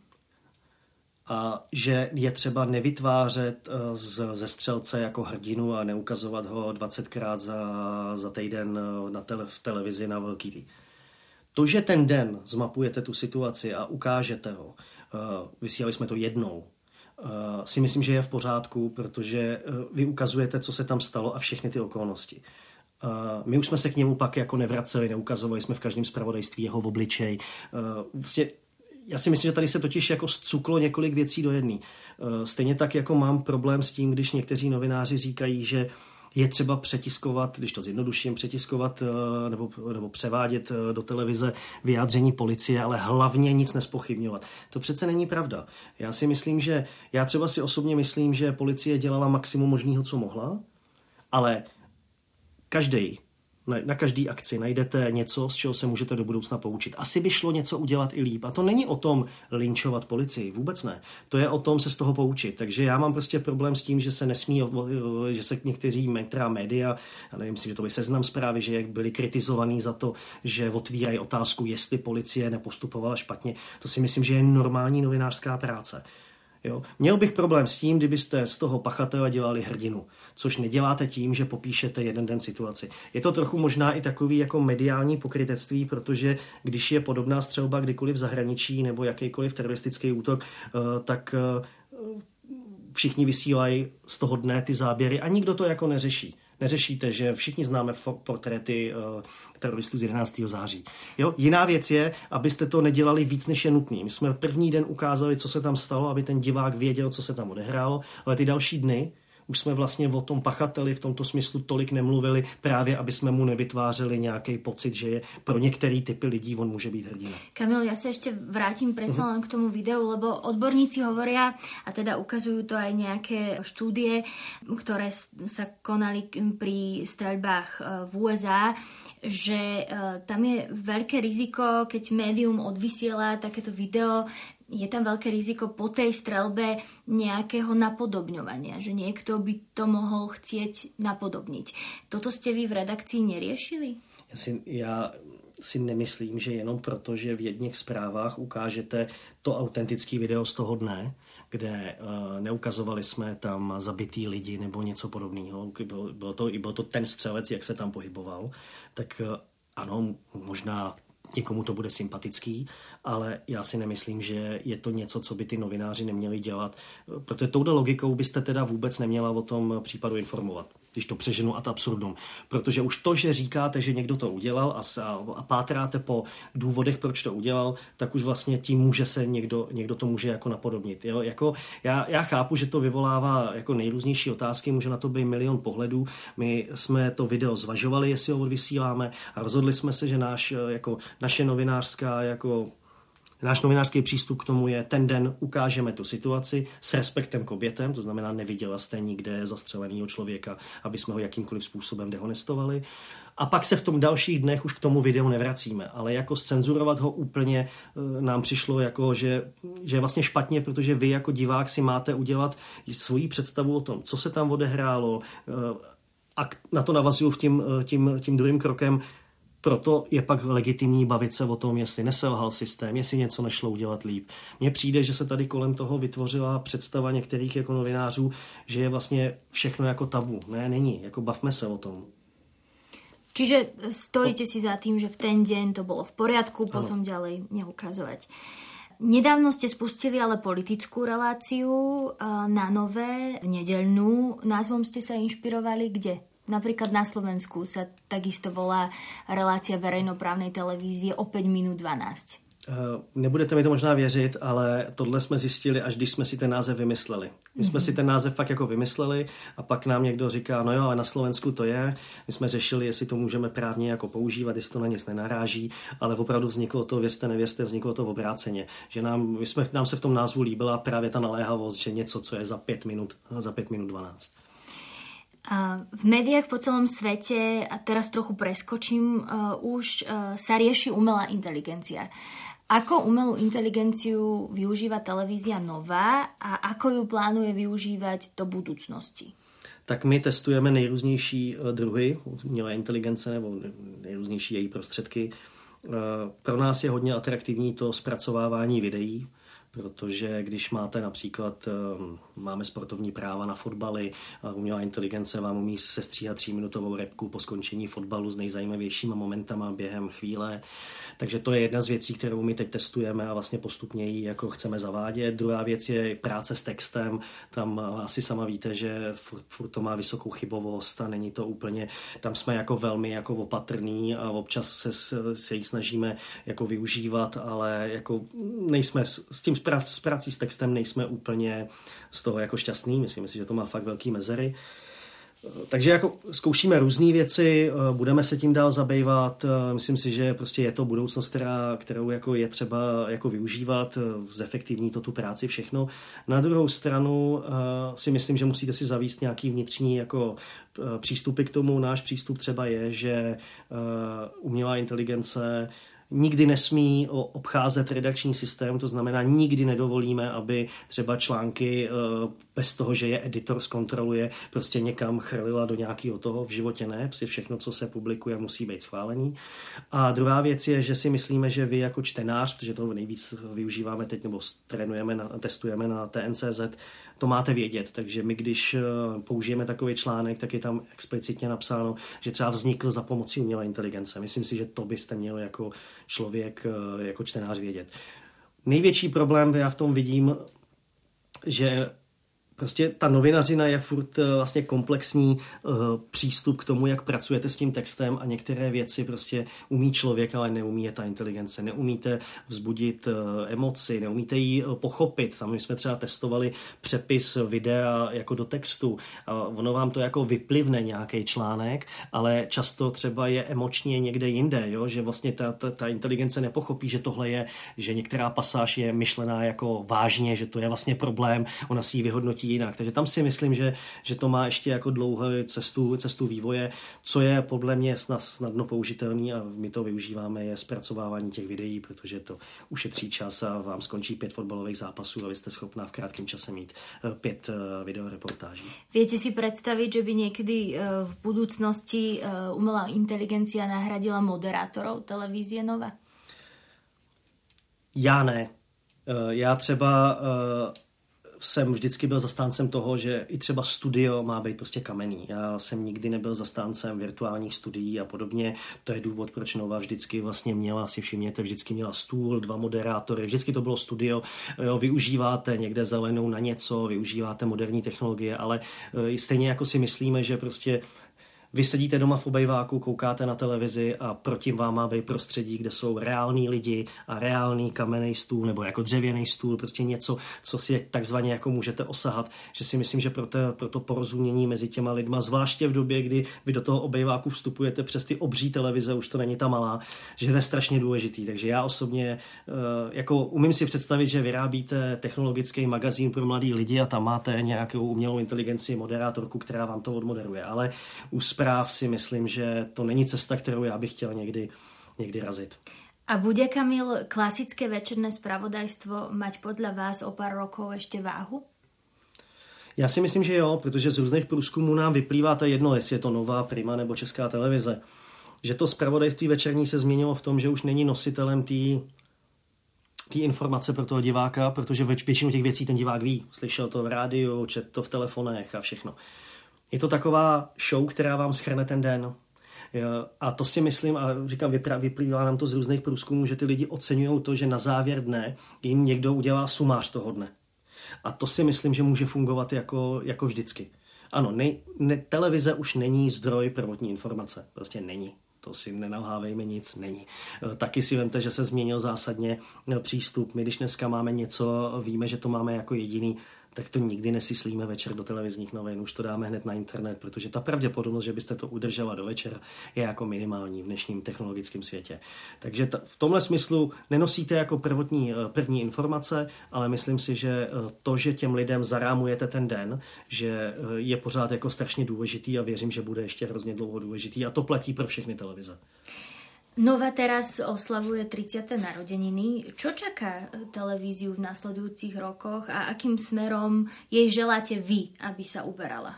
a že je třeba nevytvářet z, ze střelce jako hrdinu a neukazovat ho dvacetkrát za, za týden na tele, v televizi na velký. To, že ten den zmapujete tu situaci a ukážete ho, vysílali jsme to jednou, si myslím, že je v pořádku, protože vy ukazujete, co se tam stalo a všechny ty okolnosti. Uh, my už jsme se k němu pak jako nevraceli, neukazovali jsme v každém zpravodajství jeho obličej. Uh, vlastně, já si myslím, že tady se totiž jako zcuklo několik věcí do jedné. Uh, stejně tak, jako mám problém s tím, když někteří novináři říkají, že je třeba přetiskovat, když to zjednoduším, přetiskovat uh, nebo, nebo převádět uh, do televize vyjádření policie, ale hlavně nic nespochybňovat. To přece není pravda. Já si myslím, že, já třeba si osobně myslím, že policie dělala maximum možného, co mohla, ale každý, na, na každý akci najdete něco, z čeho se můžete do budoucna poučit. Asi by šlo něco udělat i líp. A to není o tom linčovat policii, vůbec ne. To je o tom se z toho poučit. Takže já mám prostě problém s tím, že se nesmí, že se někteří metra média, já nevím si, že to by Seznam Zprávy, že jak byli kritizovaní za to, že otvírají otázku, jestli policie nepostupovala špatně. To si myslím, že je normální novinářská práce. Jo? Měl bych problém s tím, kdybyste z toho pachatele dělali hrdinu, což neděláte tím, že popíšete jeden den situaci. Je to trochu možná i takový jako mediální pokrytectví, protože když je podobná střelba kdykoliv v zahraničí nebo jakýkoliv teroristický útok, tak všichni vysílají z toho dne ty záběry a nikdo to jako neřeší. Neřešíte, že všichni známe portréty uh, teroristů z jedenáctého září. Jo? Jiná věc je, abyste to nedělali víc, než je nutný. My jsme první den ukázali, co se tam stalo, aby ten divák věděl, co se tam odehrálo, ale ty další dny už jsme vlastně o tom pachateli v tomto smyslu tolik nemluvili, právě aby jsme mu nevytvářeli nějaký pocit, že je pro některý typy lidí on může být hrdina. Kamil, ja sa ešte vrátim predsa len k tomu videu, lebo odborníci hovoria, a teda ukazujú to aj nejaké štúdie, ktoré sa konali pri streľbách v ú es á, že tam je veľké riziko, keď médium odvysiela takéto video, je tam veľké riziko po tej streľbe nejakého napodobňovania, že niekto by to mohol chcieť napodobniť. Toto ste vy v redakcii neriešili? Ja si, ja si nemyslím, že jenom proto, že v jedných zprávách ukážete to autentické video z toho dne, kde uh, neukazovali jsme tam zabitý lidi nebo něco podobného, bylo, bylo, to, bylo to ten střelec, jak se tam pohyboval, tak uh, ano, možná někomu to bude sympatický, ale já si nemyslím, že je to něco, co by ty novináři neměli dělat, protože touhle logikou byste teda vůbec neměla o tom případu informovat. když to přeženu ad absurdum. Protože už to, že říkáte, že někdo to udělal a, a pátráte po důvodech, proč to udělal, tak už vlastně tím může se někdo, někdo to může jako napodobnit. Jo? Jako, já, já chápu, že to vyvolává jako nejrůznější otázky, může na to být milion pohledů. My jsme to video zvažovali, jestli ho odvysíláme a rozhodli jsme se, že náš, jako, naše novinářská jako Náš novinářský přístup k tomu je, ten den ukážeme tu situaci s respektem k obětem, to znamená, neviděla jste nikde zastřeleného člověka, aby jsme ho jakýmkoliv způsobem dehonestovali. A pak se v tom dalších dnech už k tomu videu nevracíme, ale jako zcenzurovat ho úplně nám přišlo jako, že, že je vlastně špatně, protože vy jako divák si máte udělat svoji představu o tom, co se tam odehrálo, a na to navazuju tím, tím, tím druhým krokem. Proto je pak legitimní bavit se o tom, jestli neselhal systém, jestli něco nešlo udělat líp. Mně přijde, že se tady kolem toho vytvořila představa některých jako novinářů, že je vlastně všechno jako tabu. Ne, není. Jako bavme se o tom. Čiže stojíte si za tým, že v ten deň to bolo v poriadku, potom ano. Ďalej neukazovať. Nedávno ste spustili ale politickú reláciu na Nové v nedeľnú. Názvom ste sa inšpirovali kde? Napríklad na Slovensku sa takisto volá relácia verejnoprávnej televízie o päť minút dvanásť. Nebudete mi to možná věřit, ale tohle jsme zjistili, až když jsme si ten název vymysleli. My jsme mm-hmm. si ten název fakt jako vymysleli a pak nám někdo říká, no jo, ale na Slovensku to je. My jsme řešili, jestli to můžeme právně jako používat, jestli to na nic nenaráží, ale opravdu vzniklo to, věřte, nevěřte, vzniklo to v obráceně. Že nám, my jsme, nám se v tom názvu líbila právě ta naléhavost, že něco, co je za pět minut, za pět minut dvanásť. V médiách po celom svete, a teraz trochu preskočím, uh, už uh, sa rieši umelá inteligencia. Ako umelú inteligenciu využíva televízia Nová a ako ju plánuje využívať do budúcnosti? Tak my testujeme nejrůznější druhy umělé inteligence nebo nejrůznější její prostředky. Pro nás je hodně atraktivní to zpracovávání videí, protože když máte například, máme sportovní práva na fotbaly a umělá inteligence vám umí sestříhat tříminutovou repku po skončení fotbalu s nejzajímavějšíma momentama během chvíle. Takže to je jedna z věcí, kterou my teď testujeme a vlastně postupně ji jako chceme zavádět. Druhá věc je práce s textem. Tam asi sama víte, že furt, furt to má vysokou chybovost a není to úplně, tam jsme jako velmi jako opatrní a občas se, se ji snažíme jako využívat, ale jako nejsme s tím s prací s textem nejsme úplně z toho jako šťastný. Myslím si, že to má fakt velký mezery. Takže jako zkoušíme různé věci, budeme se tím dál zabývat. Myslím si, že prostě je to budoucnost, která, kterou jako je třeba jako využívat, zefektivní to tu práci, všechno. Na druhou stranu si myslím, že musíte si zavíst nějaký vnitřní jako přístupy k tomu. Náš přístup třeba je, že umělá inteligence nikdy nesmí obcházet redakční systém, to znamená, nikdy nedovolíme, aby třeba články bez toho, že je editor zkontroluje, prostě někam chrlila do nějakého toho, v životě ne, prostě všechno, co se publikuje, musí být schválený. A druhá věc je, že si myslíme, že vy jako čtenář, protože to nejvíc využíváme teď, nebo trénujeme, na, testujeme na T N C Z, to máte vědět, takže my, když použijeme takový článek, tak je tam explicitně napsáno, že třeba vznikl za pomocí umělé inteligence. Myslím si, že to byste měli jako člověk, jako čtenář vědět. Největší problém já v tom vidím, že prostě ta novinařina je furt vlastně komplexní uh, přístup k tomu, jak pracujete s tím textem a některé věci prostě umí člověk, ale neumí je ta inteligence. Neumíte vzbudit uh, emoci, neumíte ji uh, pochopit. Tam my jsme třeba testovali přepis videa jako do textu a ono vám to jako vyplivne nějaký článek, ale často třeba je emočně někde jinde, jo? Že vlastně ta, ta, ta inteligence nepochopí, že tohle je, že některá pasáž je myšlená jako vážně, že to je vlastně problém, ona si ji vyhodnotí jinak. Takže tam si myslím, že, že to má ještě jako dlouhou cestu, cestu vývoje, co je podle mě snad, snadno použitelný a my to využíváme, je zpracovávání těch videí, protože to ušetří čas a vám skončí pět fotbalových zápasů a vy jste schopná v krátkém čase mít pět videoreportáží. Viete si predstaviť, že by niekedy v budúcnosti umelá inteligencia nahradila moderátorov televízie Nova? Já ne. Já třeba jsem vždycky byl zastáncem toho, že i třeba studio má být prostě kamenný. Já jsem nikdy nebyl zastáncem virtuálních studií a podobně. To je důvod, proč Nova vždycky vlastně měla, si všimněte, vždycky měla stůl, dva moderátory, vždycky to bylo studio. Jo, využíváte někde zelenou na něco, využíváte moderní technologie, ale stejně jako si myslíme, že prostě vy sedíte doma v obejváku, koukáte na televizi a proti vám má být prostředí, kde jsou reální lidi a reálný kamenný stůl nebo jako dřevěný stůl, prostě něco, co si takzvaně jako můžete osahat, že si myslím, že pro, te, pro to porozumění mezi těma lidma, zvláště v době, kdy vy do toho obejváku vstupujete přes ty obří televize, už to není ta malá, že to je strašně důležitý. Takže já osobně jako umím si představit, že vyrábíte technologický magazín pro mladý lidi a tam máte nějakou umělou inteligenci, moderátorku, která vám to odmoderuje, ale u zpráv si myslím, že to není cesta, kterou já bych chtěl někdy, někdy razit. A bude, Kamil, klasické večerné spravodajstvo mať podľa vás o pár rokov ešte váhu? Já si myslím, že jo, protože z různých průzkumů nám vyplývá to jedno, jestli je to Nová, Prima nebo Česká televize. Že to zpravodajství večerní se změnilo v tom, že už není nositelem té té informace pro toho diváka, protože většinu těch věcí ten divák ví. Slyšel to v rádiu, čet to v telefonech a všechno. Je to taková show, která vám shrne ten den. A to si myslím, a říkám, vyplývá nám to z různých průzkumů, že ty lidi oceňují to, že na závěr dne jim někdo udělá sumář toho dne. A to si myslím, že může fungovat jako, jako vždycky. Ano, ne, ne, televize už není zdroj prvotní informace. Prostě není. To si nenalhávejme, nic není. Taky si vemte, že se změnil zásadně přístup. My když dneska máme něco, víme, že to máme jako jediný, tak to nikdy nesyslíme večer do televizních novin, už to dáme hned na internet, protože ta pravděpodobnost, že byste to udržela do večera, je jako minimální v dnešním technologickém světě. Takže ta, v tomhle smyslu nenosíte jako prvotní, první informace, ale myslím si, že to, že těm lidem zarámujete ten den, že je pořád jako strašně důležitý a věřím, že bude ještě hrozně dlouho důležitý a to platí pro všechny televize. Nova teraz oslavuje tridsiate narodeniny. Čo čaká televíziu v nasledujúcich rokoch a akým smerom jej želáte vy, aby sa uberala?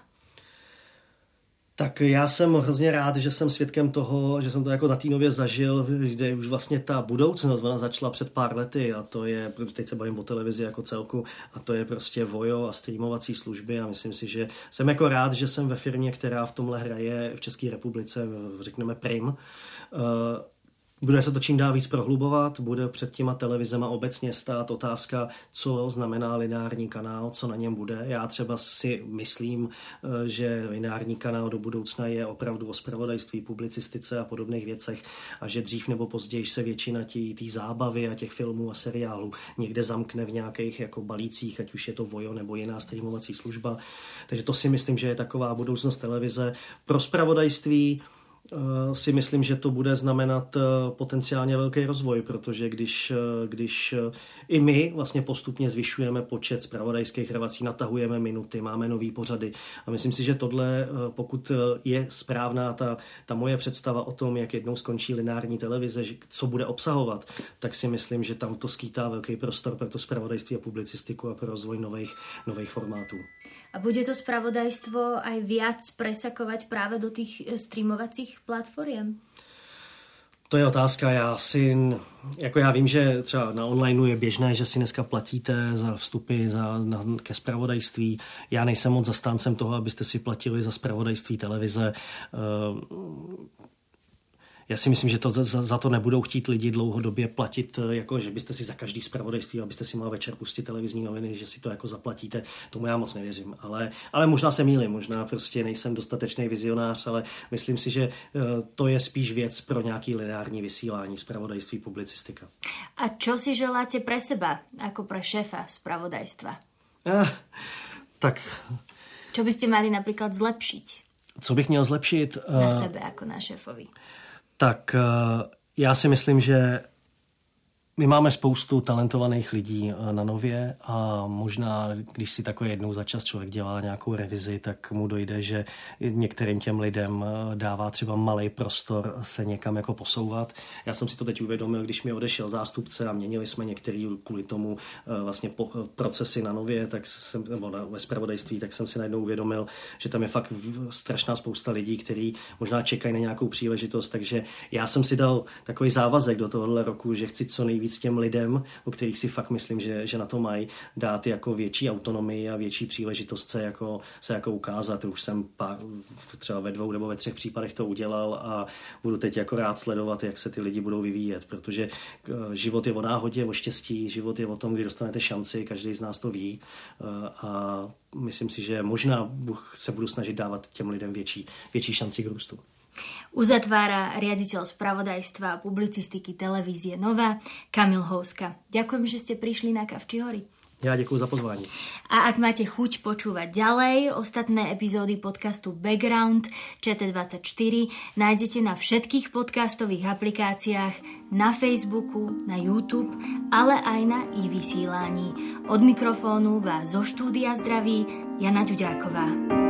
Tak já jsem hrozně rád, že jsem svědkem toho, že jsem to jako na té Nově zažil, kde už vlastně ta budoucnost, ona začala před pár lety a to je, teď se bavím o televizi jako celku, a to je prostě vojo a streamovací služby a myslím si, že jsem jako rád, že jsem ve firmě, která v tomhle hraje v České republice, řekneme Prim. Bude se to čím dál víc prohlubovat, bude před těma televizema obecně stát otázka, co znamená lineární kanál, co na něm bude. Já třeba si myslím, že lineární kanál do budoucna je opravdu o zpravodajství, publicistice a podobných věcech a že dřív nebo později se většina té zábavy a těch filmů a seriálů někde zamkne v nějakých jako balících, ať už je to vojo nebo jiná streamovací služba. Takže to si myslím, že je taková budoucnost televize. Pro zpravodajství si myslím, že to bude znamenat potenciálně velký rozvoj, protože když, když i my vlastně postupně zvyšujeme počet zpravodajských relací, natahujeme minuty, máme nový pořady a myslím si, že tohle, pokud je správná ta, ta moje představa o tom, jak jednou skončí lineární televize, co bude obsahovat, tak si myslím, že tam to skýtá velký prostor pro to zpravodajství a publicistiku a pro rozvoj nových, nových formátů. A bude to spravodajstvo aj viac presakovať práve do tých streamovacích platform? To je otázka. Já si, jako já vím, že třeba na onlineu je běžné, že si dneska platíte za vstupy za, na, ke zpravodajství. Já nejsem moc zastáncem toho, abyste si platili za zpravodajství televize. Já si myslím, že to za, za to nebudou chtít lidi dlouhodobě platit, jako že byste si za každý zpravodajství, abyste si mal večer pustit televizní noviny, že si to jako zaplatíte. Tomu já moc nevěřím. Ale, ale možná se mýlím, možná prostě nejsem dostatečný vizionář, ale myslím si, že to je spíš věc pro nějaký lineární vysílání, zpravodajství, publicistika. A čo si želáte pre seba, ako pre šéfa zpravodajstva? Ah, tak... Čo by ste mali napríklad zlepšiť? Co bych měl zlepšit? Na sebe, ako na šéfovi. Tak já si myslím, že my máme spoustu talentovaných lidí na Nově a možná, když si takhle jednou za čas člověk dělá nějakou revizi, tak mu dojde, že některým těm lidem dává třeba malej prostor se někam jako posouvat. Já jsem si to teď uvědomil, když mi odešel zástupce a měnili jsme některý kvůli tomu vlastně procesy na Nově, tak jsem, nebo na, ve zpravodajství, tak jsem si najednou uvědomil, že tam je fakt strašná spousta lidí, kteří možná čekají na nějakou příležitost, takže já jsem si dal takový závazek do tohohle roku, že chci co nejvíc nejvíc těm lidem, o kterých si fakt myslím, že, že na to mají, dát jako větší autonomii a větší příležitost se jako, se jako ukázat. Už jsem pár, třeba ve dvou nebo ve třech případech to udělal a budu teď jako rád sledovat, jak se ty lidi budou vyvíjet, protože život je o náhodě, o štěstí, život je o tom, kdy dostanete šanci, každý z nás to ví a myslím si, že možná se budu snažit dávat těm lidem větší, větší šanci k růstu. Uzatvára riaditeľ spravodajstva a publicistiky televízie Nova Kamil Houska. Ďakujem, že ste prišli na Kavčí hory. Ja ďakujem za pozvání. A ak máte chuť počúvať ďalej ostatné epizódy podcastu Background Č T dvadsaťštyri, nájdete na všetkých podcastových aplikáciách, na Facebooku, na YouTube, ale aj na i-vysielaní. Od mikrofónu vás zo štúdia zdraví Jana Ďuďáková.